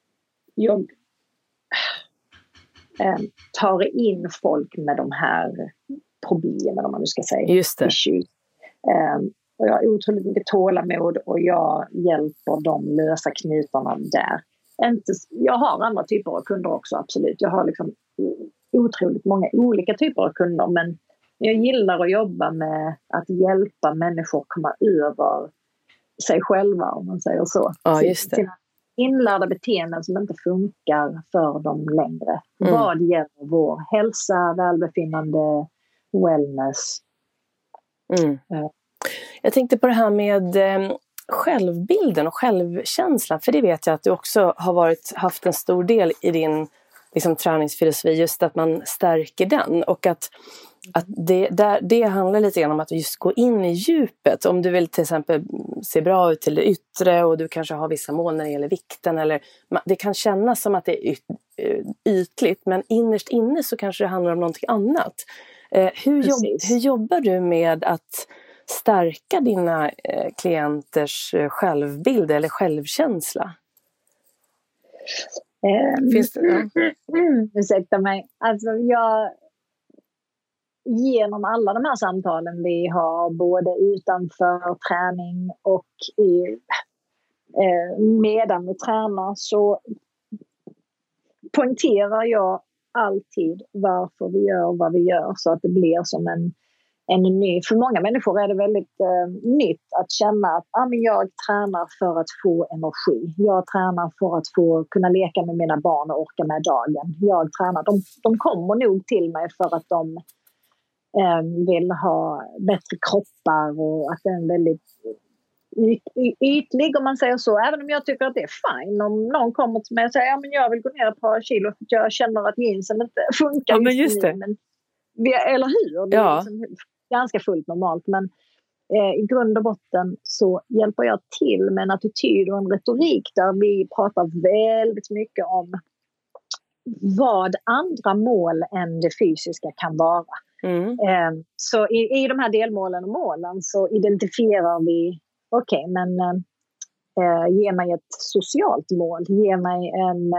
tar in folk med de här problemen, om man nu ska säga. Just det. Och jag har otroligt mycket tålamod och jag hjälper dem lösa knutarna där. Jag har andra typer av kunder också, absolut. Jag har liksom otroligt många olika typer av kunder, men jag gillar att jobba med att hjälpa människor komma över sig själva, om man säger så. Ja, just det. Sina inlärda beteenden som inte funkar för dem längre. Vad gäller vår hälsa, välbefinnande, wellness. Jag tänkte på det här med självbilden och självkänslan, för det vet jag att du också har haft en stor del i din liksom träningsfilosofi, just att man stärker den, och att det handlar lite grann om att just gå in i djupet. Om du vill till exempel se bra ut till det yttre och du kanske har vissa mål när det gäller vikten, eller det kan kännas som att det är ytligt, men innerst inne så kanske det handlar om någonting annat. Hur jobbar du med att stärka dina klienters självbild eller självkänsla? Finns det? Ursäkta mig. Alltså genom alla de här samtalen vi har, både utanför träning och medan vi tränar, så poängterar jag alltid varför vi gör vad vi gör, så att det blir som en ny. För många människor är det väldigt nytt att känna att men jag tränar för att få energi. Jag tränar för att få kunna leka med mina barn och orka med dagen. Jag tränar. De kommer nog till mig för att de vill ha bättre kroppar, och att det är en väldigt ytlig, om man säger så. Även om jag tycker att det är fine om någon kommer till mig och säger men jag vill gå ner ett par kilo för att jag känner att jeansen inte funkar. Ja, men just det. Men eller hur? Det är liksom ganska fullt normalt. Men i grund och botten så hjälper jag till med en attityd och en retorik där vi pratar väldigt mycket om vad andra mål än det fysiska kan vara. Så i de här delmålen och målen så identifierar vi ge mig ett socialt mål, ge mig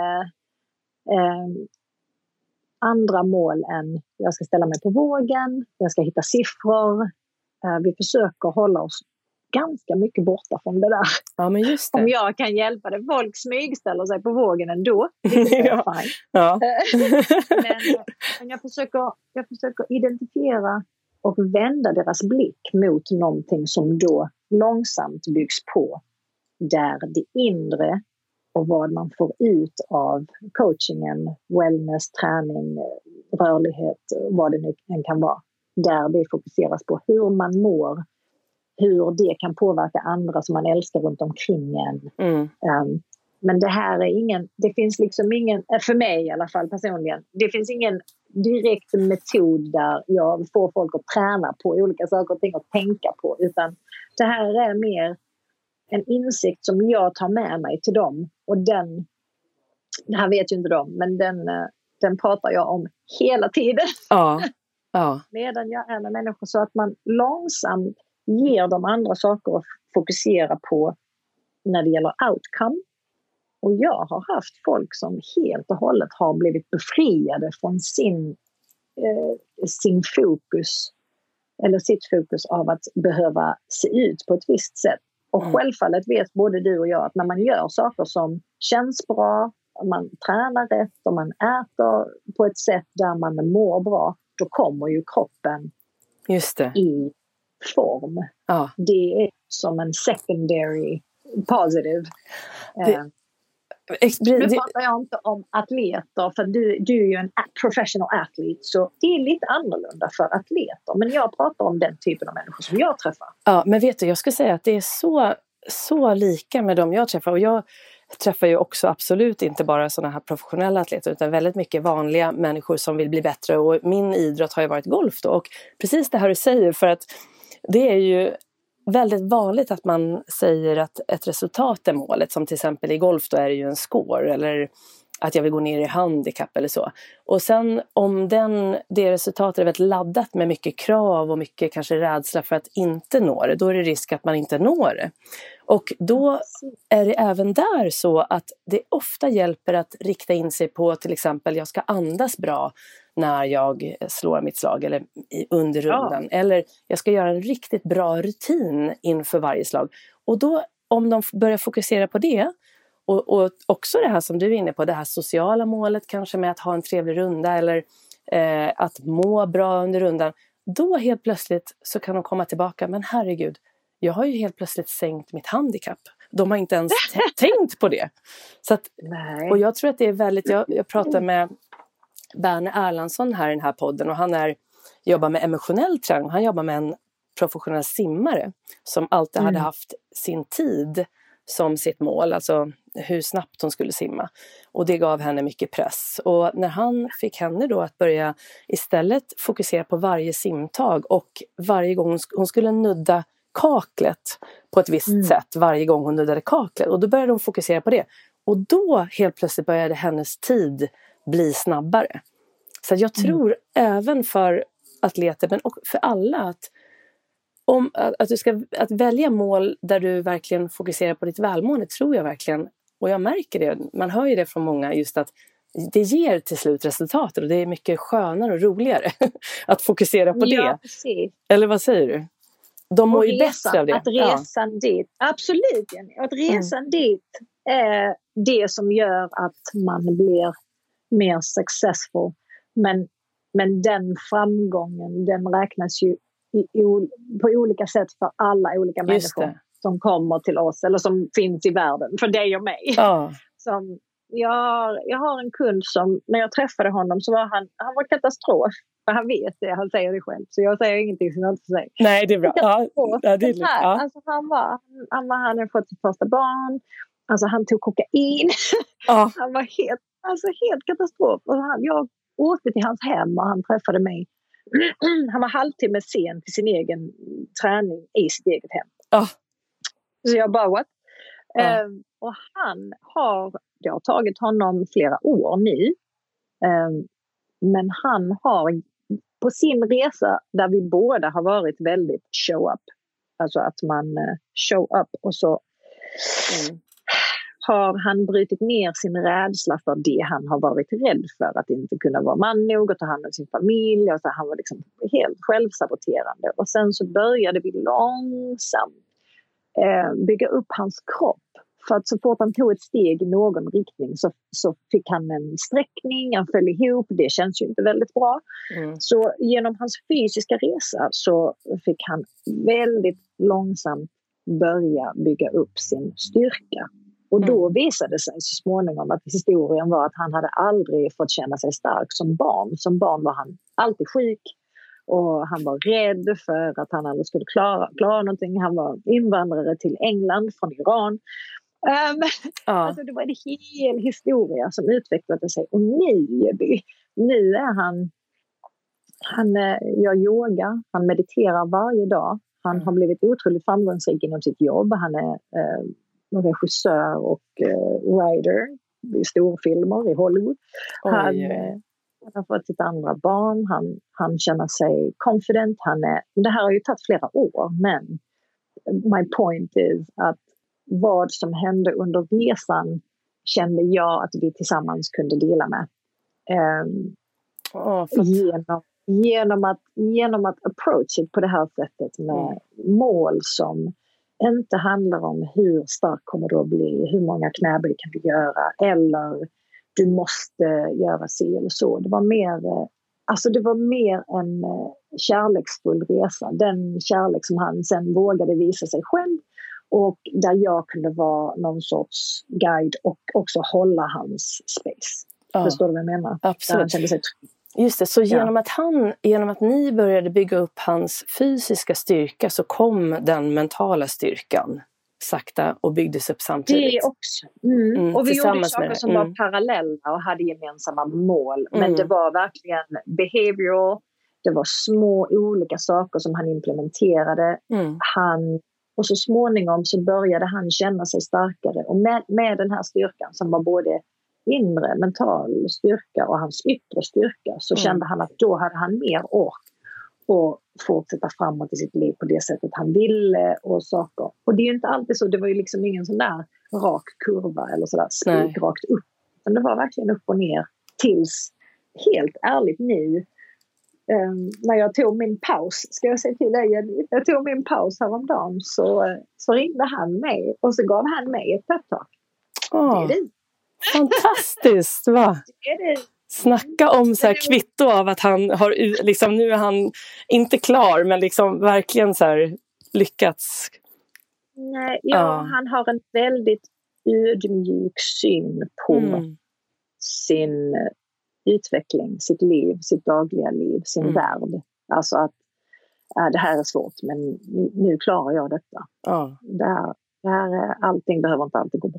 andra mål än jag ska ställa mig på vågen, jag ska hitta siffror. Vi försöker hålla oss ganska mycket borta från det där. Ja, men just det. Om jag kan hjälpa det. Folk smygställer sig på vågen ändå. Det är fine. Ja. Men jag försöker identifiera och vända deras blick mot någonting som då långsamt byggs på. Där det inre och vad man får ut av coachingen, wellness, träning, rörlighet, vad det nu än kan vara. Där det fokuseras på hur man mår, hur det kan påverka andra som man älskar runt omkring en. Men det här är det finns liksom ingen, för mig i alla fall personligen, det finns ingen direkt metod där jag får folk att träna på olika saker och ting och tänka på, utan det här är mer en insikt som jag tar med mig till dem, och det här vet ju inte de, men den pratar jag om hela tiden. Ja. Medan jag är med människor, så att man långsamt ger dem andra saker att fokusera på när det gäller outcome. Och jag har haft folk som helt och hållet har blivit befriade från sin fokus, eller sitt fokus av att behöva se ut på ett visst sätt. Och självfallet vet både du och jag att när man gör saker som känns bra, om man tränar rätt, om man äter på ett sätt där man mår bra, då kommer ju kroppen i form. Ja. Det är som en secondary positive. Nu pratar jag inte om atleter, för du är ju en professional athlete, så det är lite annorlunda för atleter. Men jag pratar om den typen av människor som jag träffar. Ja, men vet du, jag skulle säga att det är så lika med dem jag träffar. Och jag träffar ju också absolut inte bara sådana här professionella atleter, utan väldigt mycket vanliga människor som vill bli bättre. Och min idrott har ju varit golf då. Och precis det här du säger, för att det är ju väldigt vanligt att man säger att ett resultat är målet. Som till exempel i golf, då är det ju en score, eller att jag vill gå ner i handikapp eller så. Och sen om det resultatet är väldigt laddat med mycket krav och mycket kanske rädsla för att inte nå det, då är det risk att man inte når det. Och då är det även där så att det ofta hjälper att rikta in sig på till exempel jag ska andas bra när jag slår mitt slag eller under rundan. Eller jag ska göra en riktigt bra rutin inför varje slag. Och då om de börjar fokusera på det, och också det här som du är inne på, det här sociala målet kanske med att ha en trevlig runda eller att må bra under rundan. Då helt plötsligt så kan de komma tillbaka, men herregud, jag har ju helt plötsligt sänkt mitt handikapp. De har inte ens tänkt på det. Så att, och jag tror att det är väldigt, jag pratar med Berne Erlandsson här i den här podden, och han jobbar med emotionell träning. Han jobbar med en professionell simmare som alltid hade haft sin tid som sitt mål, alltså hur snabbt hon skulle simma. Och det gav henne mycket press. Och när han fick henne då att börja istället fokusera på varje simtag och varje gång hon skulle nudda kaklet på ett visst sätt varje gång hon nuddade kaklet. Och då började hon fokusera på det. Och då helt plötsligt började hennes tid bli snabbare. Så jag tror även för atleter men också för alla att välja mål där du verkligen fokuserar på ditt välmående, tror jag verkligen, och jag märker det, man hör ju det från många, just att det ger till slut resultatet och det är mycket skönare och roligare att fokusera på det. Precis. Eller vad säger du? De mår ju bättre av det. Att resan dit, absolut, att resan dit är det som gör att man blir mer successful. Men den framgången, den räknas ju på olika sätt för alla olika människor som kommer till oss eller som finns i världen, för dig och mig. Som, jag har en kund som, när jag träffade honom så var han var katastrof. För han vet det, han säger det själv. Så jag säger ingenting som jag inte säger. Nej, det är bra. Alltså han hade fått sitt första barn. Alltså han tog kokain. Han var helt katastrof. Och jag åkte till hans hem och han träffade mig. Han var halvtimme sen till sin egen träning i sitt eget hem. Så jag bara, what? Och det har tagit honom flera år nu. Men han har på sin resa, där vi båda har varit väldigt show up. Alltså att man show up och så har han brutit ner sin rädsla för det han har varit rädd för. Att inte kunna vara man nog och ta hand om sin familj. Och så han var liksom helt självsaboterande. Och sen så började vi långsamt bygga upp hans kropp. För att så fort han tog ett steg i någon riktning så fick han en sträckning, han föll ihop, det känns ju inte väldigt bra. Så genom hans fysiska resa så fick han väldigt långsamt börja bygga upp sin styrka. Och då visade det sig så småningom att historien var att han hade aldrig fått känna sig stark som barn. Som barn var han alltid sjuk och han var rädd för att han aldrig skulle klara någonting. Han var invandrare till England från Iran. Alltså det var en hel historia som utvecklade sig. Och nu är han gör yoga, han mediterar varje dag. Han har blivit otroligt framgångsrik inom sitt jobb. Han är regissör och writer i storfilmer i Hollywood. Han har fått sitt andra barn. Han känner sig confident. Det här har ju tagit flera år, men my point is att vad som hände under resan kände jag att vi tillsammans kunde dela med. Genom att approach it på det här sättet med mål som inte handlar om hur stark kommer du att bli, hur många knäböj kan du göra eller du måste göra si eller så. Det var mer en kärleksfull resa. Den kärlek som han sen vågade visa sig själv. Och där jag kunde vara någon sorts guide och också hålla hans space. Förstår du vad jag menar? Absolut. Just det, så genom att ni började bygga upp hans fysiska styrka så kom den mentala styrkan sakta och byggdes upp samtidigt. Det också. Och vi gjorde saker som var parallella och hade gemensamma mål. Men det var verkligen behavioral. Det var små olika saker som han implementerade. Och så småningom så började han känna sig starkare. Och med den här styrkan som var både inre mental styrka och hans yttre styrka så kände han att då hade han mer ork och fortsätta framåt i sitt liv på det sättet han ville och saker. Och det är ju inte alltid så, det var ju liksom ingen sån där rak kurva eller sådär spikrakt upp. Men det var verkligen upp och ner tills, helt ärligt nu, när jag tog min paus, ska jag säga till dig, jag tog min paus häromdagen så ringde han mig och så gav han mig ett peptalk. Det är det. Fantastiskt, va? Snacka om så här kvitto av att han har liksom, nu är han inte klar men liksom verkligen så här lyckats. Nej, han har en väldigt ödmjuk syn på sin utveckling, sitt liv, sitt dagliga liv, sin värld. Alltså att det här är svårt men nu klarar jag detta. Det här allting behöver inte alltid gå bra.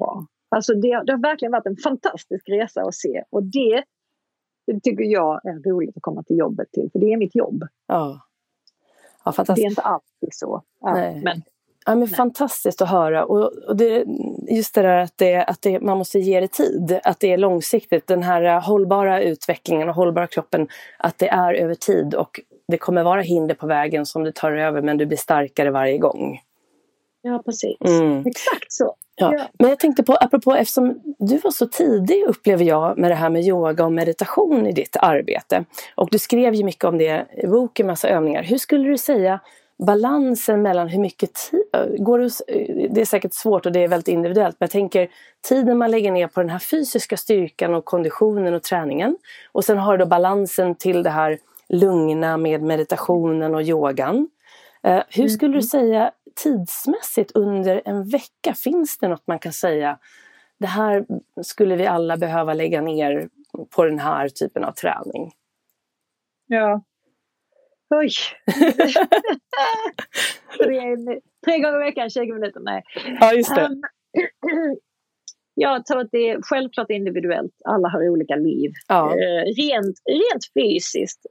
Alltså det har verkligen varit en fantastisk resa att se. Och det tycker jag är roligt att komma till jobbet till. För det är mitt jobb. Ja, fantastiskt. Det är inte alltid så. Ja, Nej. Men fantastiskt att höra. Och det, just det där att man måste ge det tid. Att det är långsiktigt. Den här hållbara utvecklingen och hållbara kroppen. Att det är över tid. Och det kommer vara hinder på vägen som du tar över. Men du blir starkare varje gång. Ja, precis. Exakt så. Ja. Men jag tänkte på, apropå, eftersom du var så tidig upplever jag med det här med yoga och meditation i ditt arbete. Och du skrev ju mycket om det i boken, massa övningar. Hur skulle du säga balansen mellan hur mycket tid, det är säkert svårt och det är väldigt individuellt, men jag tänker tiden man lägger ner på den här fysiska styrkan och konditionen och träningen. Och sen har du då balansen till det här lugna med meditationen och yogan. Hur skulle du säga tidsmässigt under en vecka, finns det något man kan säga det här skulle vi alla behöva lägga ner på den här typen av träning? Ja. Oj. 3 gånger i veckan, 20 minuter, nej. Ja, just det. Jag tror att det är självklart individuellt. Alla har olika liv. Ja. Rent fysiskt.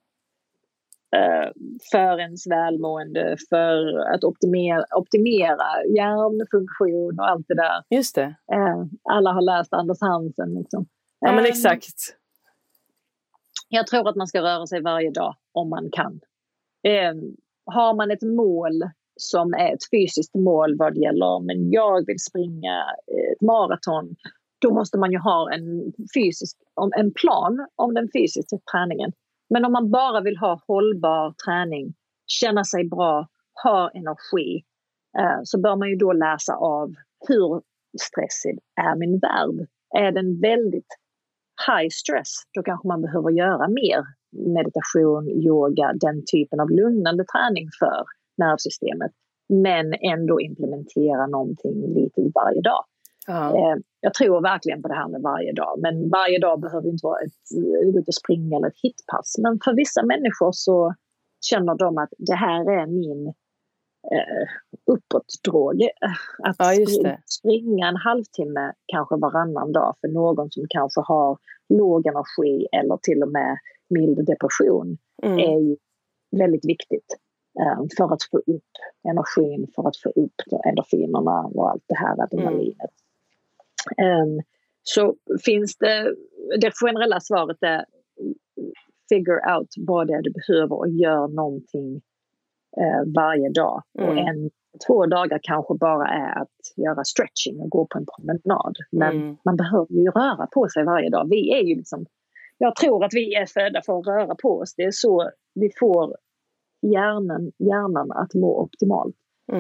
För ens välmående, för att optimera hjärnfunktion och allt det där. Just det. Alla har läst Anders Hansen liksom. Ja, men exakt. Jag tror att man ska röra sig varje dag om man kan. Har man ett mål som är ett fysiskt mål vad det gäller, men jag vill springa ett maraton, då måste man ju ha en plan om den fysiska träningen. Men om man bara vill ha hållbar träning, känna sig bra, ha energi, så bör man ju då läsa av hur stressig är min värld. Är den väldigt high stress, då kanske man behöver göra mer meditation, yoga, den typen av lugnande träning för nervsystemet. Men ändå implementera någonting lite varje dag. Jag tror verkligen på det här med varje dag. Men varje dag behöver inte vara gå ut och springa eller ett hitpass. Men för vissa människor så känner de att det här är min uppåtdrog. Att springa en halvtimme kanske varannan dag för någon som kanske har låg energi eller till och med mild depression är ju väldigt viktigt. För att få upp energin, för att få upp endorfinerna och allt det här adrenalinet. Så finns det generella svaret är figure out vad det är du behöver och gör någonting varje dag. Och 2 dagar kanske bara är att göra stretching och gå på en promenad. Men man behöver ju röra på sig varje dag. Vi är ju liksom, jag tror att vi är födda för att röra på oss. Det är så vi får hjärnan att må optimalt.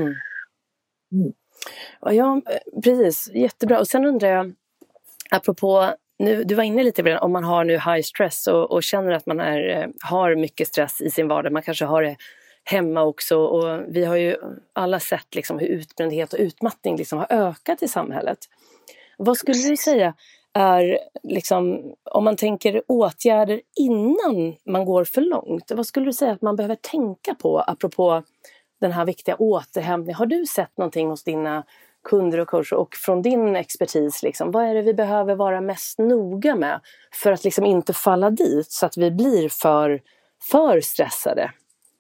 Ja, precis. Jättebra. Och sen undrar jag, apropå, nu, du var inne lite på det, om man har nu high stress och känner att man har mycket stress i sin vardag. Man kanske har det hemma också. Och vi har ju alla sett liksom hur utbrändhet och utmattning liksom har ökat i samhället. Vad skulle du säga är, liksom, om man tänker åtgärder innan man går för långt, vad skulle du säga att man behöver tänka på apropå den här viktiga återhämtningen? Har du sett någonting hos dina kunder och coacher och från din expertis, liksom, vad är det vi behöver vara mest noga med för att liksom inte falla dit så att vi blir för stressade?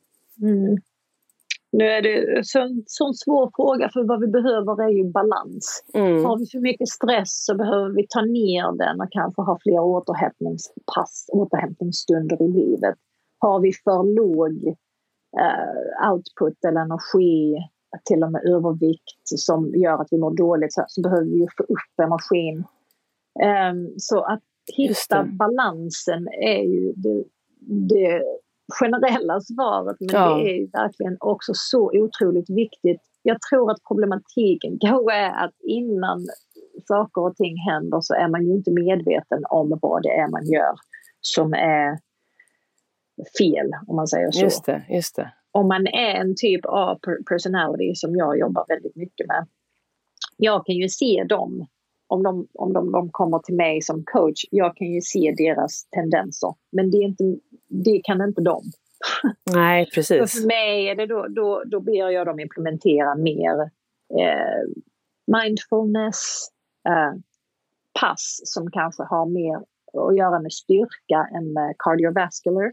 Nu är det sån svår fråga, för vad vi behöver är ju balans. Har vi för mycket stress så behöver vi ta ner den och kanske ha fler återhämtningsstunder i livet. Har vi för låg output eller energi, till och med övervikt som gör att vi mår dåligt, så behöver vi ju få upp energin. Så att hitta balansen är ju det generella svaret, men det är ju verkligen också så otroligt viktigt. Jag tror att problematiken kanske är att innan saker och ting händer så är man ju inte medveten om vad det är man gör som är fel, om man säger så. Just det. Om man är en typ av personality som jag jobbar väldigt mycket med. Jag kan ju se dem, om de kommer till mig som coach, jag kan ju se deras tendenser. Men det kan inte de. Nej, precis. För mig är det då ber jag dem implementera mer mindfulness, pass som kanske har mer att göra med styrka än med cardiovascular.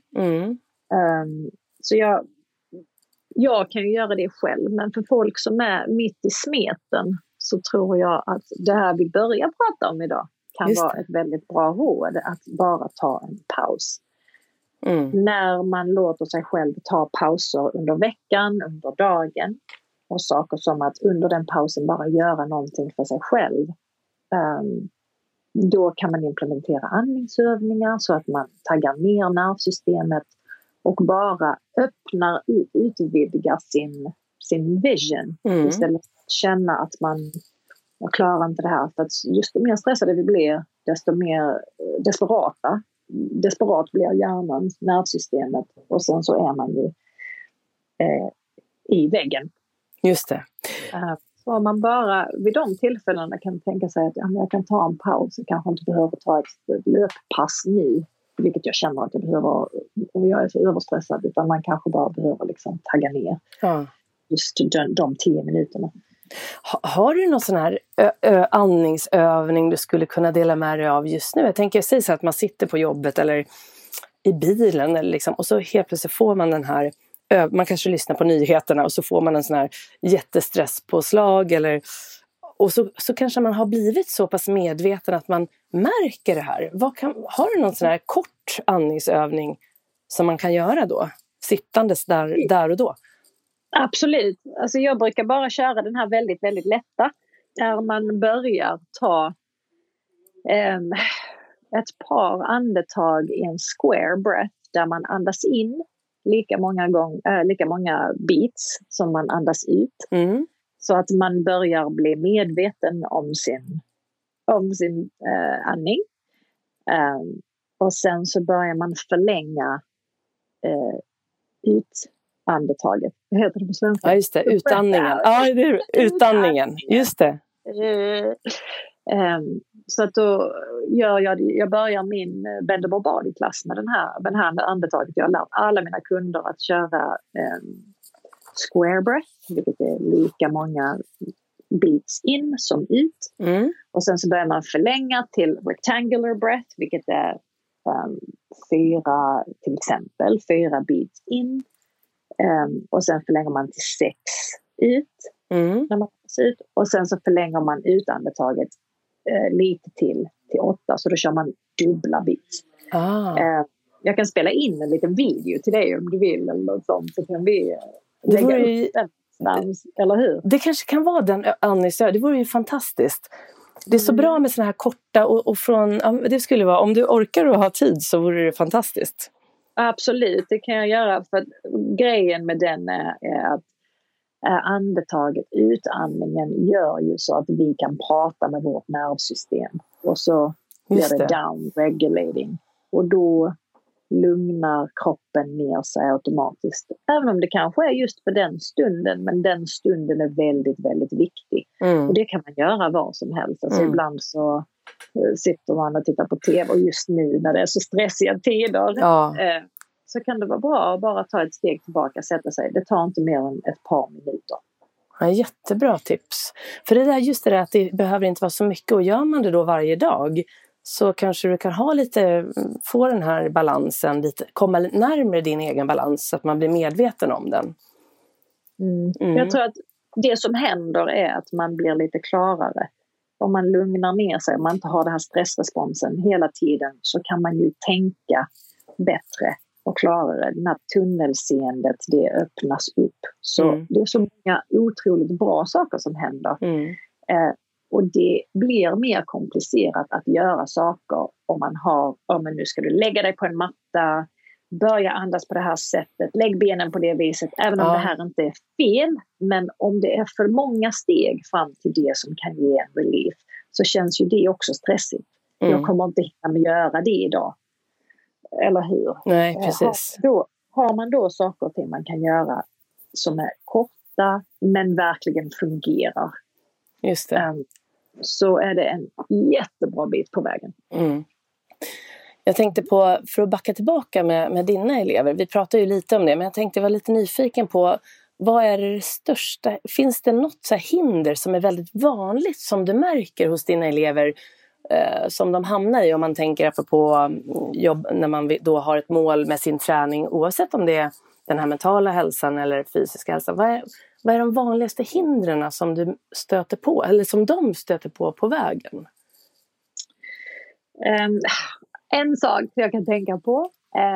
Så jag kan ju göra det själv, men för folk som är mitt i smeten så tror jag att det här vi börjar prata om idag kan vara ett väldigt bra råd, att bara ta en paus. När man låter sig själv ta pauser under veckan, under dagen, och saker som att under den pausen bara göra någonting för sig själv. Då kan man implementera andningsövningar så att man taggar ner nervsystemet och bara öppnar, utvidgar sin vision. Istället för att känna att jag klarar inte det här. För att just mer stressade vi blir, desto mer desperat blir hjärnan, nervsystemet, och sen så är man ju i väggen. Just det. Så om man bara vid de tillfällena kan tänka sig att jag kan ta en paus och kanske inte behöver ta ett löppass nu, vilket jag känner att jag behöver och jag är så överstressad, utan man kanske bara behöver liksom tagga ner just de 10 minuterna. Har du någon sån här andningsövning du skulle kunna dela med dig av just nu? Jag tänker säga så att man sitter på jobbet eller i bilen eller liksom, och så helt plötsligt får man den här, man kanske lyssnar på nyheterna och så får man en sån här jättestrresspåslag och så kanske man har blivit så pass medveten att man märker det här. Har du någon sån här kort andningsövning som man kan göra då? Sittandes där och då? Absolut. Alltså jag brukar bara köra den här väldigt, väldigt lätta. Där man börjar ta ett par andetag i en square breath. Där man andas in lika många beats som man andas ut. Så att man börjar bli medveten om sin andning. Och sen så börjar man förlänga andetaget. Vad heter det på svenska? Ja, just det. Utandningen. Ja, det är utandningen. Just det. Så att då jag börjar min Bendable Body-klass med den här andetaget. Jag har lärt alla mina kunder att köra square breath, vilket är lika många beats in som ut. Och sen så börjar man förlänga till rectangular breath, vilket är 4 beats in. Och sen förlänger man till 6 ut när man ut, och sen så förlänger man utandetaget lite till 8, så då kör man dubbla beats. Jag kan spela in en liten video till dig om du vill eller något sånt, så kan vi lägga upp den någonstans, eller hur? Det kanske kan vara den andningsövningen, det vore ju fantastiskt. Det är så bra med såna här korta och från, det skulle vara, om du orkar och har tid så vore det fantastiskt. Absolut, det kan jag göra, för att grejen med den är att andetaget, utandningen gör ju så att vi kan prata med vårt nervsystem, och så blir det down-regulating, och då lugnar kroppen ner sig automatiskt. Även om det kanske är just för den stunden, men den stunden är väldigt, väldigt viktig. Och det kan man göra var som helst. Alltså ibland så sitter man och tittar på tv, och just nu när det är så stressiga tider så kan det vara bra att bara ta ett steg tillbaka, sätta sig. Det tar inte mer än ett par minuter. Ja, jättebra tips. För det där, just det där att det behöver inte vara så mycket, och gör man det då varje dag så kanske du kan få den här balansen, komma närmare din egen balans, så att man blir medveten om den. Jag tror att det som händer är att man blir lite klarare. Om man lugnar ner sig, om man inte har den här stressresponsen hela tiden, så kan man ju tänka bättre och klarare. Det här tunnelseendet, det öppnas upp. Så det är så många otroligt bra saker som händer. Och det blir mer komplicerat att göra saker om man har, men nu ska du lägga dig på en matta, börja andas på det här sättet, lägg benen på det viset, även om det här inte är fel, men om det är för många steg fram till det som kan ge en relief, så känns ju det också stressigt. Jag kommer inte hinna göra det idag. Eller hur? Nej, precis. Har man då saker och ting man kan göra som är korta men verkligen fungerar. Just det. Så är det en jättebra bit på vägen. Jag tänkte på, för att backa tillbaka med dina elever, vi pratar ju lite om det, men jag tänkte vara lite nyfiken på, vad är det största, finns det något så här hinder som är väldigt vanligt som du märker hos dina elever som de hamnar i, om man tänker på jobb, när man då har ett mål med sin träning, oavsett om det är den här mentala hälsan eller fysiska hälsan. Vad är de vanligaste hindren som du stöter på, eller som de stöter på vägen? En sak jag kan tänka på,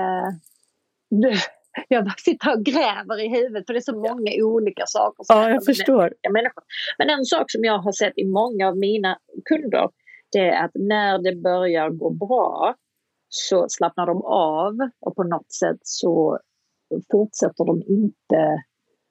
jag bara sitter och gräver i huvudet för det är så många olika saker som jag förstår. Människor. Men en sak som jag har sett i många av mina kunder, det är att när det börjar gå bra så slappnar de av och på något sätt så fortsätter de inte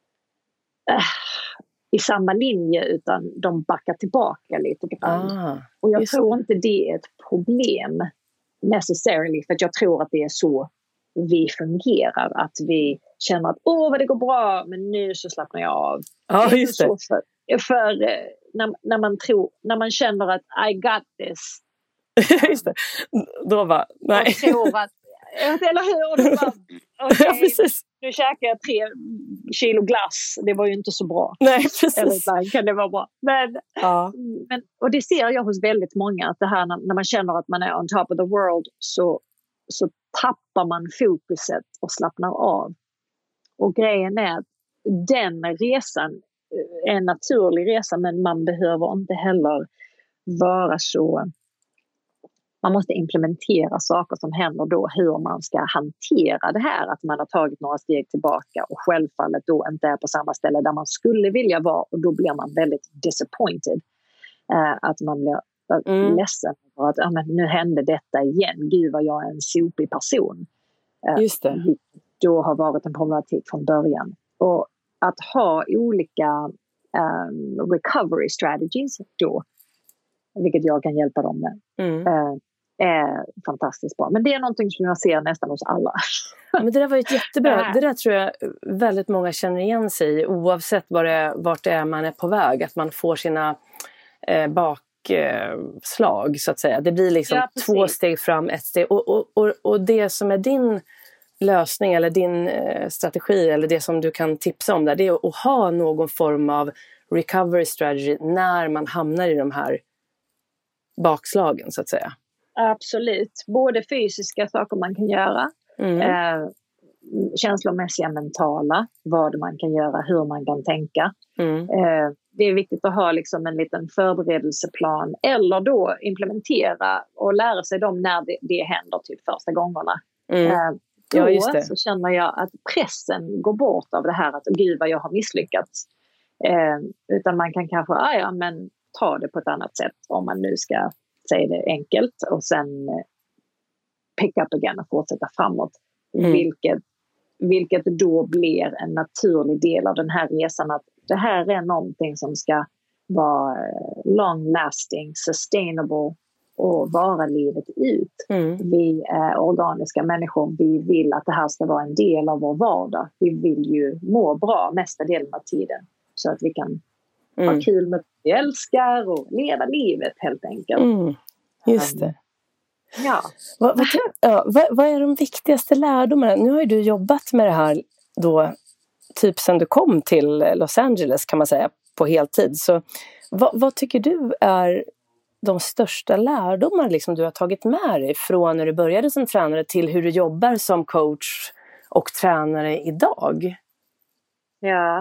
i samma linje, utan de backar tillbaka lite grann. Och jag tror inte det är ett problem necessarily, för att jag tror att det är så vi fungerar, att vi känner att vad det går bra, men nu så slappnar jag av. Ja, just det. För när man känner att I got this. Just det. Då bara, nej. Och tror att, eller hur? Och då bara, nu käkar jag 3 kilo glass. Det var ju inte så bra. Nej, precis. Eller ibland kan det vara bra. Men, och det ser jag hos väldigt många, att det här när man känner att man är on top of the world så tappar man fokuset och slappnar av. Och grejen är att den resan är en naturlig resa, men man behöver inte heller vara så. Man måste implementera saker som händer då, hur man ska hantera det här, att man har tagit några steg tillbaka och självfallet då inte är på samma ställe där man skulle vilja vara, och då blir man väldigt disappointed. Att man blir ledsen för att men nu hände detta igen, gud vad jag är en sopig person. Just det. Då har varit en problematik från början. Och att ha olika recovery strategies då, vilket jag kan hjälpa dem med, är fantastiskt bra. Men det är någonting som jag ser nästan hos alla. Men det där var ju jättebra. Det där tror jag väldigt många känner igen sig i, oavsett vart det är man är på väg. Att man får sina bakslag, så att säga. Det blir liksom 2 steg fram, 1 steg. Och det som är din lösning eller din strategi, eller det som du kan tipsa om där, det är att ha någon form av recovery strategy när man hamnar i de här bakslagen, så att säga. Absolut. Både fysiska saker man kan göra, känslomässiga, mentala, vad man kan göra, hur man kan tänka. Det är viktigt att ha liksom en liten förberedelseplan, eller då implementera och lära sig dem när det händer typ första gångarna. Då så känner jag att pressen går bort av det här att gud vad jag har misslyckats. Utan man kan kanske men ta det på ett annat sätt, om man nu ska säga det enkelt, och sen pick up again och fortsätta framåt. Vilket då blir en naturlig del av den här resan, att det här är någonting som ska vara long lasting, sustainable och vara livet ut. Vi är organiska människor, vi vill att det här ska vara en del av vår vardag. Vi vill ju må bra mesta delen av tiden, så att vi kan ha kul med det vi älskar och leva livet helt enkelt. Just det. Vad är de viktigaste lärdomarna? Nu har ju du jobbat med det här då, typ sedan du kom till Los Angeles, kan man säga, på heltid. Så vad tycker du är de största lärdomar liksom du har tagit med dig från när du började som tränare till hur du jobbar som coach och tränare idag? Ja.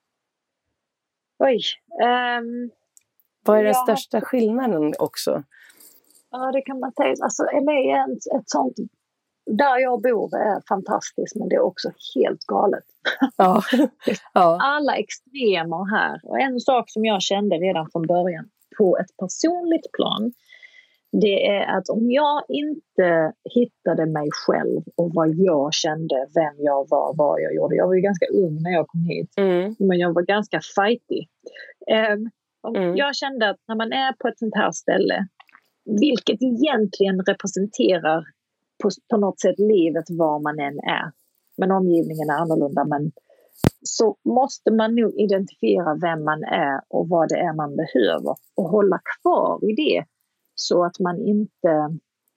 Vad är den största skillnaden också? Ja, det kan man säga. Alltså, LA är ett sånt... Där jag bor är fantastiskt, men det är också helt galet. Ja. Alla extremer här. Och en sak som jag kände redan från början på ett personligt plan, det är att om jag inte hittade mig själv och vad jag kände, vem jag var, vad jag gjorde. Jag var ju ganska ung när jag kom hit, men jag var ganska fighty. Jag kände att när man är på ett sånt här ställe, vilket egentligen representerar på något sätt livet var man än är, men omgivningen är annorlunda, men så måste man nog identifiera vem man är och vad det är man behöver och hålla kvar i det, så att man inte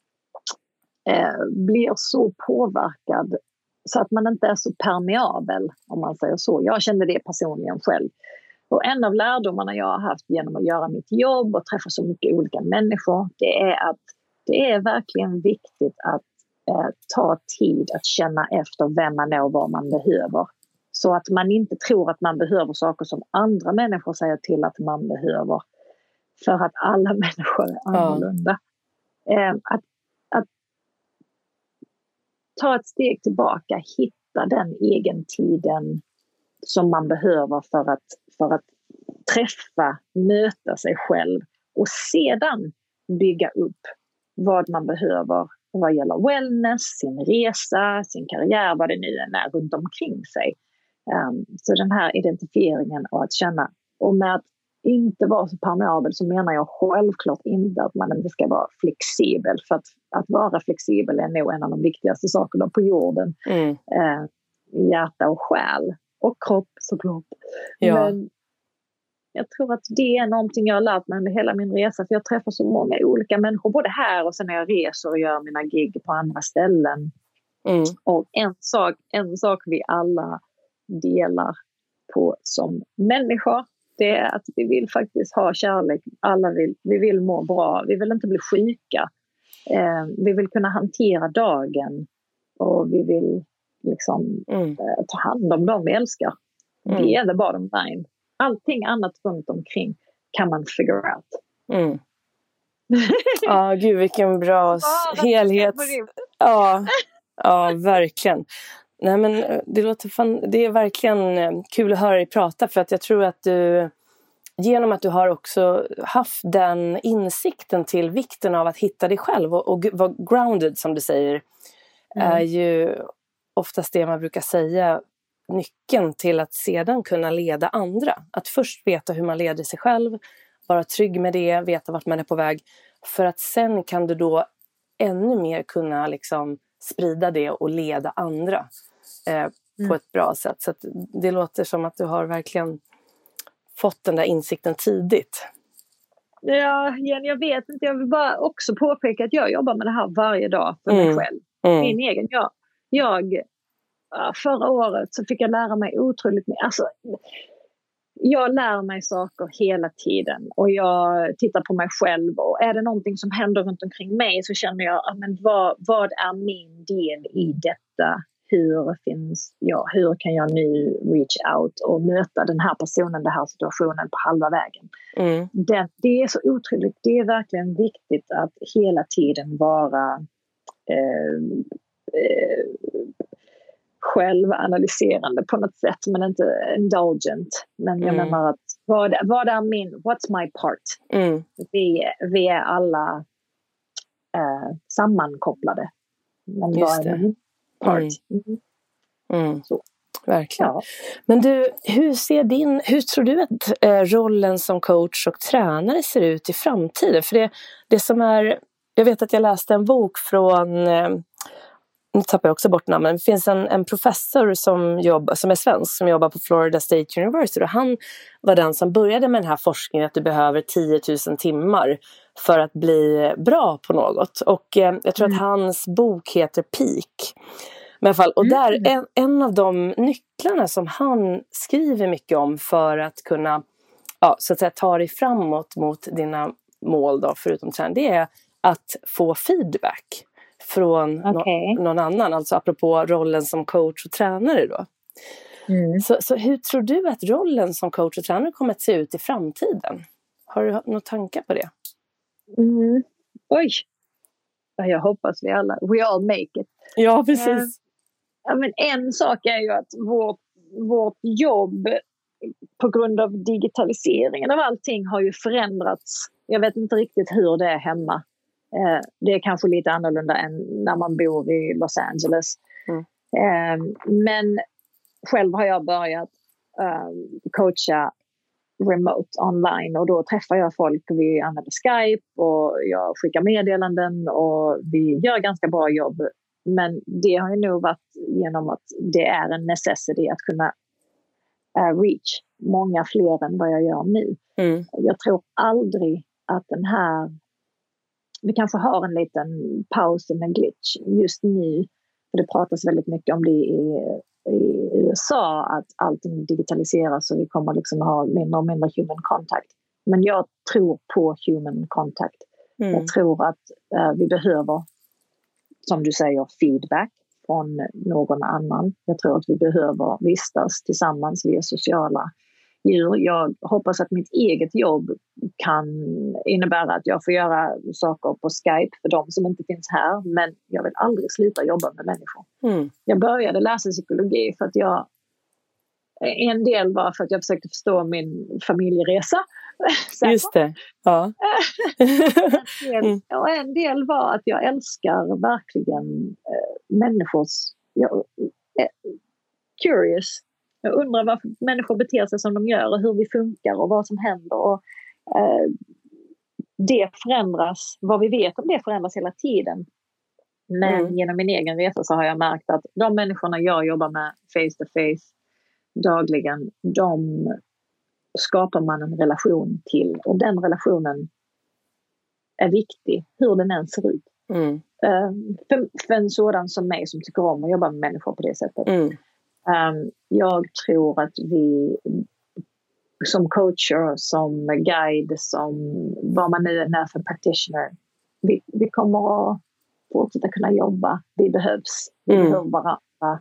blir så påverkad, så att man inte är så permeabel, om man säger så. Jag kände det personligen själv. Och en av lärdomarna jag har haft genom att göra mitt jobb och träffa så mycket olika människor, det är att det är verkligen viktigt att ta tid att känna efter vem man är och vad man behöver. Så att man inte tror att man behöver saker som andra människor säger till att man behöver. För att alla människor är annorlunda. Att ta ett steg tillbaka, hitta den egen tiden som man behöver för att träffa, möta sig själv och sedan bygga upp vad man behöver vad gäller wellness, sin resa, sin karriär, vad det nu än är runt omkring sig. Så den här identifieringen och att känna, och med att inte vara så permeabel så menar jag självklart inte att man inte ska vara flexibel, för att vara flexibel är nog en av de viktigaste sakerna på jorden. Hjärta och själ och kropp såklart. Ja. Men jag tror att det är någonting jag har lärt mig under hela min resa, för jag träffar så många olika människor både här och sen när jag reser och gör mina gig på andra ställen. Och en sak vi alla delar på som människor, det är att vi vill faktiskt ha kärlek. Vi vill må bra, vi vill inte bli sjuka. Vi vill kunna hantera dagen och vi vill liksom ta hand om dem vi älskar. Det är the bottom line. Allting annat runt omkring kan man figure out. Ja, gud vilken bra helhet. Ja, verkligen. Nej, men det är verkligen kul att höra dig prata, för att jag tror att du, genom att du har också haft den insikten till vikten av att hitta dig själv och vara grounded som du säger, är ju oftast det man brukar säga nyckeln till att sedan kunna leda andra. Att först veta hur man leder sig själv, vara trygg med det, veta vart man är på väg, för att sen kan du då ännu mer kunna liksom sprida det och leda andra på ett bra sätt. Så att det låter som att du har verkligen fått den där insikten tidigt. Ja, jag vet inte. Jag vill bara också påpeka att jag jobbar med det här varje dag för mig själv. Min egen. Förra året så fick jag lära mig otroligt mycket. Alltså, jag lär mig saker hela tiden och jag tittar på mig själv, och är det någonting som händer runt omkring mig så känner jag, men vad är min del i detta? Hur kan jag nu reach out och möta den här personen, den här situationen på halva vägen? Det är så otroligt, det är verkligen viktigt att hela tiden vara självanalyserande på något sätt, men inte indulgent. Men jag menar att vad är what's my part? Vi är alla sammankopplade. Men vad är min part? Så. Verkligen. Ja. Men du, hur tror du att rollen som coach och tränare ser ut i framtiden? För det som är, jag vet att jag läste en bok från, nu tappar jag också bort namnet, det finns en professor som är svensk, som jobbar på Florida State University, och han var den som började med den här forskningen att du behöver 10 000 timmar för att bli bra på något. Och jag tror att hans bok heter Peak. Men i alla fall, och där en av de nycklarna som han skriver mycket om för att kunna så att säga, ta dig framåt mot dina mål då, förutom träning, det är att få feedback från någon annan, alltså apropå rollen som coach och tränare då. Så hur tror du att rollen som coach och tränare kommer att se ut i framtiden? Har du några tankar på det? Oj, jag hoppas we all make it. Ja, precis. Men en sak är ju att vårt jobb på grund av digitaliseringen av allting har ju förändrats. Jag vet inte riktigt hur det är hemma. Det är kanske lite annorlunda än när man bor i Los Angeles. Men själv har jag börjat coacha remote online, och då träffar jag folk, vi använder Skype och jag skickar meddelanden och vi gör ganska bra jobb. Men det har ju nog varit genom att det är en necessity att kunna reach många fler än vad jag gör nu. Jag tror aldrig att vi kanske har en liten paus, en glitch just nu, för det pratas väldigt mycket om det i i USA att allting digitaliseras och vi kommer liksom ha mindre och mindre human contact. Men jag tror på human contact. Jag tror att vi behöver, som du säger, feedback från någon annan. Jag tror att vi behöver vistas tillsammans, vi är sociala djur. Jag hoppas att mitt eget jobb kan innebära att jag får göra saker på Skype för de som inte finns här. Men jag vill aldrig sluta jobba med människor. Jag började läsa psykologi för att en del var för att jag försökte förstå min familjeresa. Just det, ja. Och en del var att jag älskar verkligen människors... curious. Jag undrar varför människor beter sig som de gör och hur vi funkar och vad som händer. Och, det förändras, vad vi vet om det förändras hela tiden. Men genom min egen resa så har jag märkt att de människorna jag jobbar med face to face dagligen, de skapar man en relation till. Och den relationen är viktig, hur den än ser ut. För en sådan som mig som tycker om att jobba med människor på det sättet. Jag tror att vi som coacher, som guide, som vad man nu är för practitioner, vi kommer att fortsätta kunna jobba. Vi behövs. Vi behöver varandra.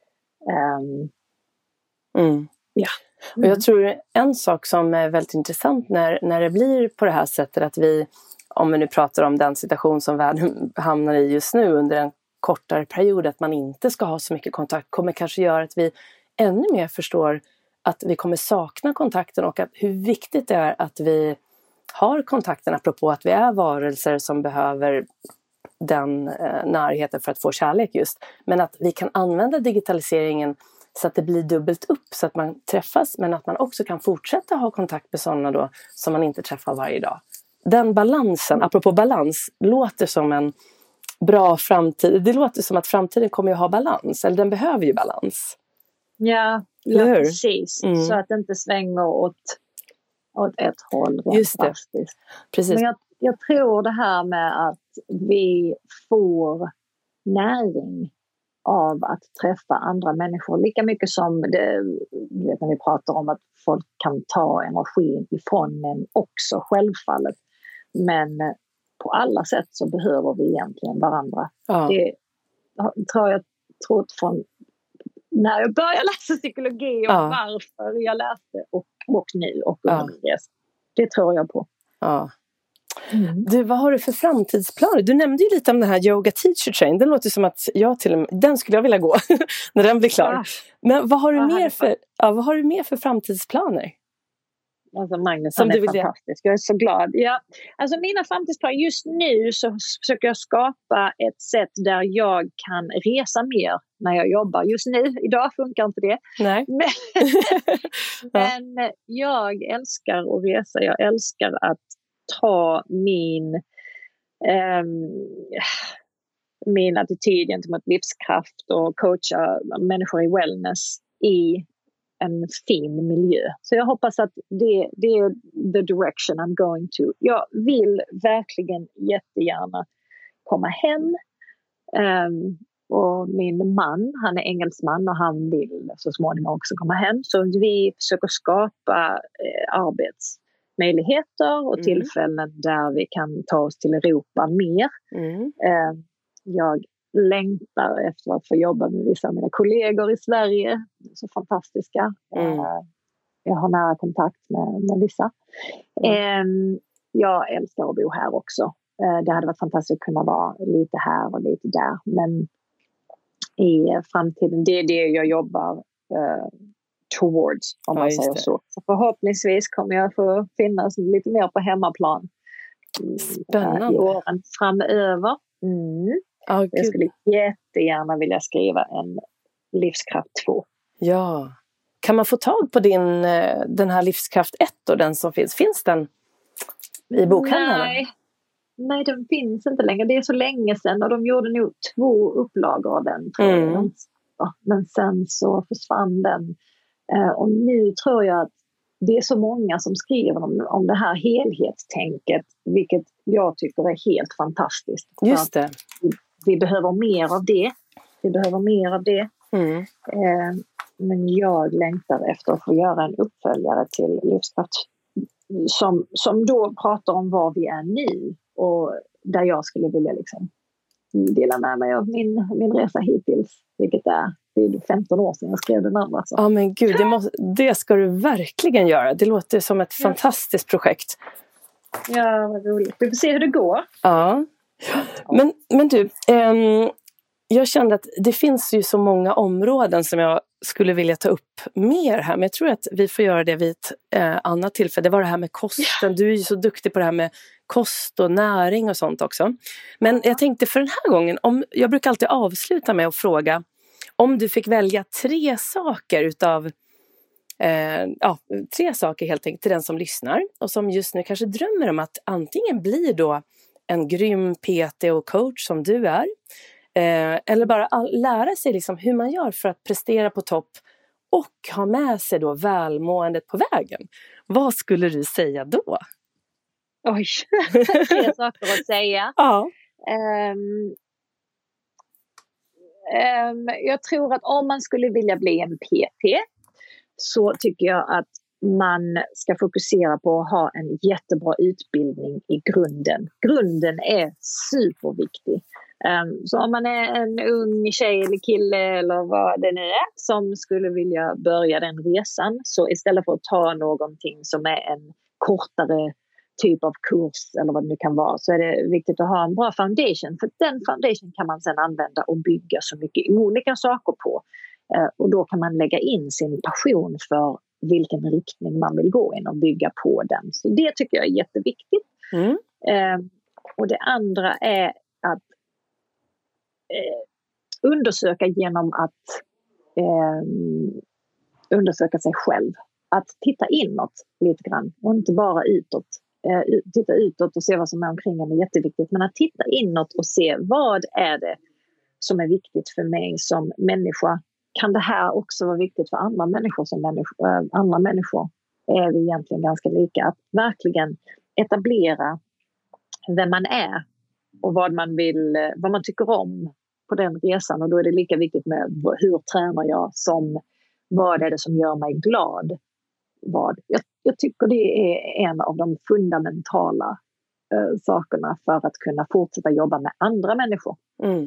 Ja. Och jag tror en sak som är väldigt intressant när det blir på det här sättet att vi, om vi nu pratar om den situation som världen hamnar i just nu under en kortare period, att man inte ska ha så mycket kontakt, kommer kanske göra att vi ännu mer förstår att vi kommer sakna kontakten och att hur viktigt det är att vi har kontakten, apropå att vi är varelser som behöver den närheten för att få kärlek just. Men att vi kan använda digitaliseringen så att det blir dubbelt upp, så att man träffas, men att man också kan fortsätta ha kontakt med sådana då som man inte träffar varje dag. Den balansen, apropå balans, låter som en bra framtid. Det låter som att framtiden kommer att ha balans, eller den behöver ju balans. Ja precis. Så att det inte svänger åt ett håll. Just det. Precis. Men jag tror det här med att vi får näring av att träffa andra människor. Lika mycket som du vet när vi pratar om att folk kan ta energin ifrån en också, självfallet. Men på alla sätt så behöver vi egentligen varandra. Ja. Det tror jag trott från när jag började läsa psykologi och varför jag läste och nu och under min resa. Det tror jag på. Ja. Du, vad har du för framtidsplaner? Du nämnde ju lite om den här yoga teacher train. Den låter som att den skulle jag vilja gå när den blir klar. Ja. Men vad har du mer för framtidsplaner? Alltså Magnus, han är fantastisk. Jag är så glad. Ja. Alltså mina framtidsplaner, just nu så försöker jag skapa ett sätt där jag kan resa mer när jag jobbar. Just nu, idag funkar inte det. Nej. Men jag älskar att resa. Jag älskar att ta min attityd gentemot livskraft och coacha människor i wellness i en fin miljö. Så jag hoppas att det är the direction I'm going to. Jag vill verkligen jättegärna komma hem. Och min man, han är engelsman och han vill så småningom också komma hem. Så vi försöker skapa arbetsmöjligheter och tillfällen där vi kan ta oss till Europa mer. Jag längtar efter att få jobba med vissa av mina kollegor i Sverige. Så fantastiska. Jag har nära kontakt med vissa. Jag älskar att bo här också. Det hade varit fantastiskt att kunna vara lite här och lite där. Men i framtiden, det är det jag jobbar towards, om man säger så. Så förhoppningsvis kommer jag få finnas lite mer på hemmaplan. Spännande. I åren framöver. Jag skulle jättegärna vilja skriva en Livskraft 2. Ja. Kan man få tag på den här Livskraft 1 och den som finns? Finns den i bokhandlarna? Nej, den finns inte längre. Det är så länge sedan och de gjorde nog 2 upplagor av den, tror jag. Men sen så försvann den. Och nu tror jag att det är så många som skriver om det här helhetstänket, vilket jag tycker är helt fantastiskt. Just det. Vi behöver mer av det. Men jag längtar efter att få göra en uppföljare till Livskraft som då pratar om var vi är nu och där jag skulle vilja liksom dela med mig av min resa hittills, vilket det är 15 år sedan jag skrev den andra. Ja men gud, det ska du verkligen göra. Det låter som ett fantastiskt projekt. Ja, vad roligt. Vi får se hur det går. Ja. Men du, jag kände att det finns ju så många områden som jag skulle vilja ta upp mer här. Men jag tror att vi får göra det vid ett annat tillfälle. Det var det här med kosten. Du är ju så duktig på det här med kost och näring och sånt också. Men jag tänkte för den här gången, jag brukar alltid avsluta med att fråga om du fick välja 3 saker utav 3 saker helt enkelt till den som lyssnar och som just nu kanske drömmer om att antingen bli då en grym PT och coach som du är, eller bara lära sig liksom hur man gör för att prestera på topp och ha med sig då välmåendet på vägen. Vad skulle du säga då? Oj, 3 saker att säga. Ja. Jag tror att om man skulle vilja bli en PT så tycker jag att man ska fokusera på att ha en jättebra utbildning i grunden. Grunden är superviktig. Så om man är en ung tjej eller kille eller vad det nu är som skulle vilja börja den resan, så istället för att ta någonting som är en kortare typ av kurs eller vad det nu kan vara, så är det viktigt att ha en bra foundation. För den foundation kan man sedan använda och bygga så mycket olika saker på. Och då kan man lägga in sin passion för vilken riktning man vill gå in och bygga på den. Så det tycker jag är jätteviktigt. Och det andra är att undersöka genom att undersöka sig själv. Att titta inåt lite grann och inte bara utåt. Titta utåt och se vad som är omkring en är jätteviktigt. Men att titta inåt och se vad är det som är viktigt för mig som människa. Kan det här också vara viktigt för andra människor andra människor är vi egentligen ganska lika. Att verkligen etablera vem man är och vad man tycker om på den resan. Och då är det lika viktigt med hur tränar jag som vad är det som gör mig glad. Jag tycker det är en av de fundamentala sakerna för att kunna fortsätta jobba med andra människor.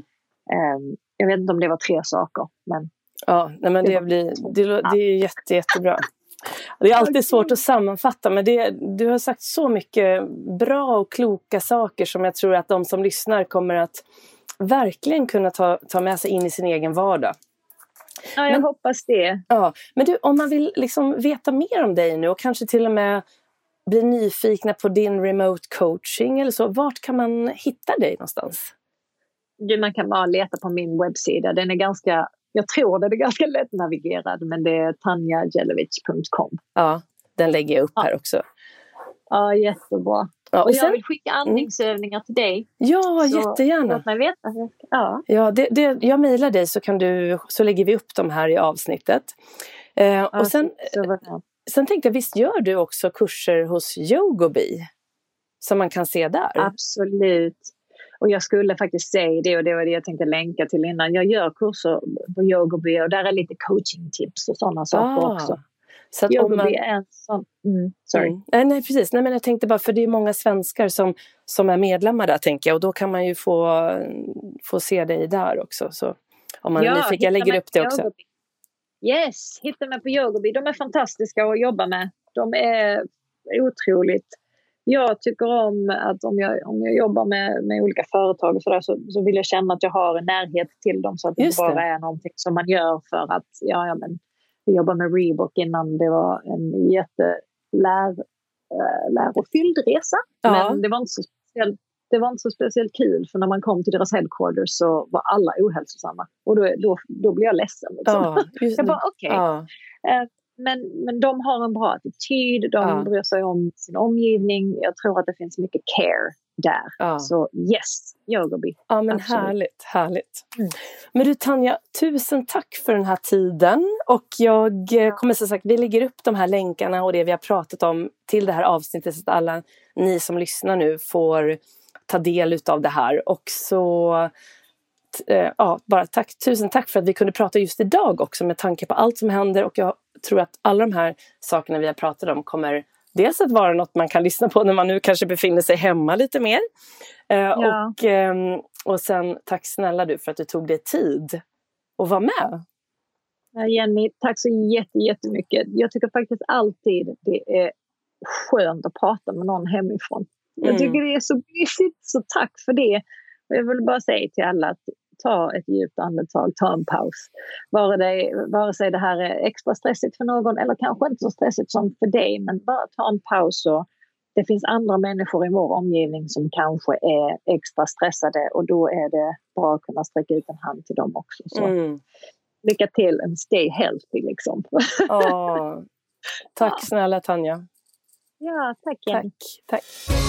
Jag vet inte om det var 3 saker, men ja, nej, men det är jättebra. Det är alltid svårt att sammanfatta, men du har sagt så mycket bra och kloka saker som jag tror att de som lyssnar kommer att verkligen kunna ta med sig in i sin egen vardag. Ja, jag hoppas det. Ja, men du, om man vill liksom veta mer om dig nu och kanske till och med bli nyfikna på din remote coaching eller så, vart kan man hitta dig någonstans? Man kan bara leta på min webbsida. Den är jag tror den är ganska lätt navigerad, men det är tanjajelevic.com. Ja, den lägger jag upp här också. Ja, jättebra. Ja, och jag vill skicka andningsövningar till dig. Ja, jättegärna. Låt mig veta. Ja, jag mejlar dig så lägger vi upp dem här i avsnittet. Och sen tänkte jag, visst gör du också kurser hos Yogobi som man kan se där? Absolut. Och jag skulle faktiskt säga det, och det var det jag tänkte länka till innan. Jag gör kurser på Yogobi och där är lite coaching-tips och sådana saker också. Så att Yogobi är en sån... sorry. Nej, precis. Nej, men jag tänkte bara, för det är många svenskar som är medlemmar där, tänker jag. Och då kan man ju få se dig där också. Så om man är nyfiken, jag lägger upp det också. Yogobi. Yes, hitta mig på Yogobi. De är fantastiska att jobba med. De är otroligt... Jag tycker om att om jag jobbar med olika företag och så vill jag känna att jag har en närhet till dem, så att det inte bara är någonting som man gör för att men jag jobbar med Reebok innan. Det var en lärofylld resa. Ja. Men det var inte så speciellt kul, för när man kom till deras headquarters så var alla ohälsosamma. Och då blev jag ledsen. Liksom. Ja, jag bara okej. Ja. Men de har en bra attityd, de bryr sig om sin omgivning. Jag tror att det finns mycket care där. Ja. Så yes, Yogobi. Ja, men absolut. Härligt. Men du Tanja, tusen tack för den här tiden. Och jag kommer som sagt, vi lägger upp de här länkarna och det vi har pratat om till det här avsnittet, så att alla ni som lyssnar nu får ta del av det här. Och så tusen tack för att vi kunde prata just idag också, med tanke på allt som händer. Och jag tror att alla de här sakerna vi har pratat om kommer dels att vara något man kan lyssna på när man nu kanske befinner sig hemma lite mer. Och sen tack snälla du för att du tog dig tid att vara med. Jenny, tack så jättemycket. Jag tycker faktiskt alltid det är skönt att prata med någon hemifrån. Jag tycker det är så mysigt, så tack för det. Och jag vill bara säga till alla att ta ett djupt andetag, ta en paus. Vare sig det här är extra stressigt för någon eller kanske inte så stressigt som för dig, men bara ta en paus. Och det finns andra människor i vår omgivning som kanske är extra stressade, och då är det bra att kunna sträcka ut en hand till dem också. Så lycka till and stay healthy liksom. Tack snälla Tanja. Ja, tack igen. Tack.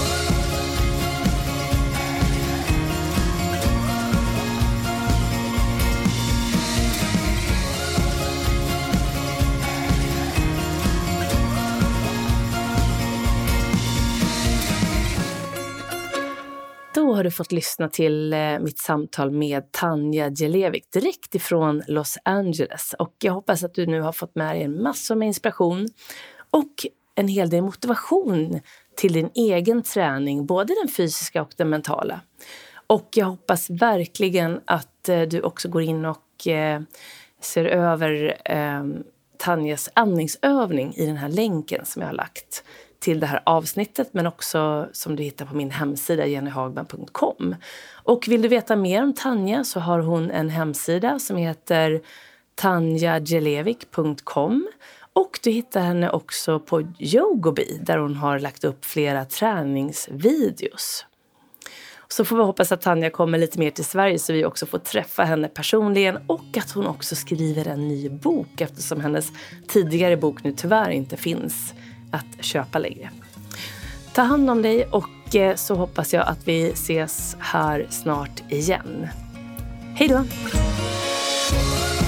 Då har du fått lyssna till mitt samtal med Tanja Djelevic direkt ifrån Los Angeles. Och jag hoppas att du nu har fått med dig en massa med inspiration och en hel del motivation till din egen träning, både den fysiska och den mentala. Och jag hoppas verkligen att du också går in och ser över Tanjas andningsövning i den här länken som jag har lagt till det här avsnittet, men också som du hittar på min hemsida jennyhagman.com. Och vill du veta mer om Tanja så har hon en hemsida som heter tanjadjelevic.com, och du hittar henne också på Yogobi där hon har lagt upp flera träningsvideos. Så får vi hoppas att Tanja kommer lite mer till Sverige så vi också får träffa henne personligen, och att hon också skriver en ny bok eftersom hennes tidigare bok nu tyvärr inte finns att köpa längre. Ta hand om dig, och så hoppas jag att vi ses här snart igen. Hej då!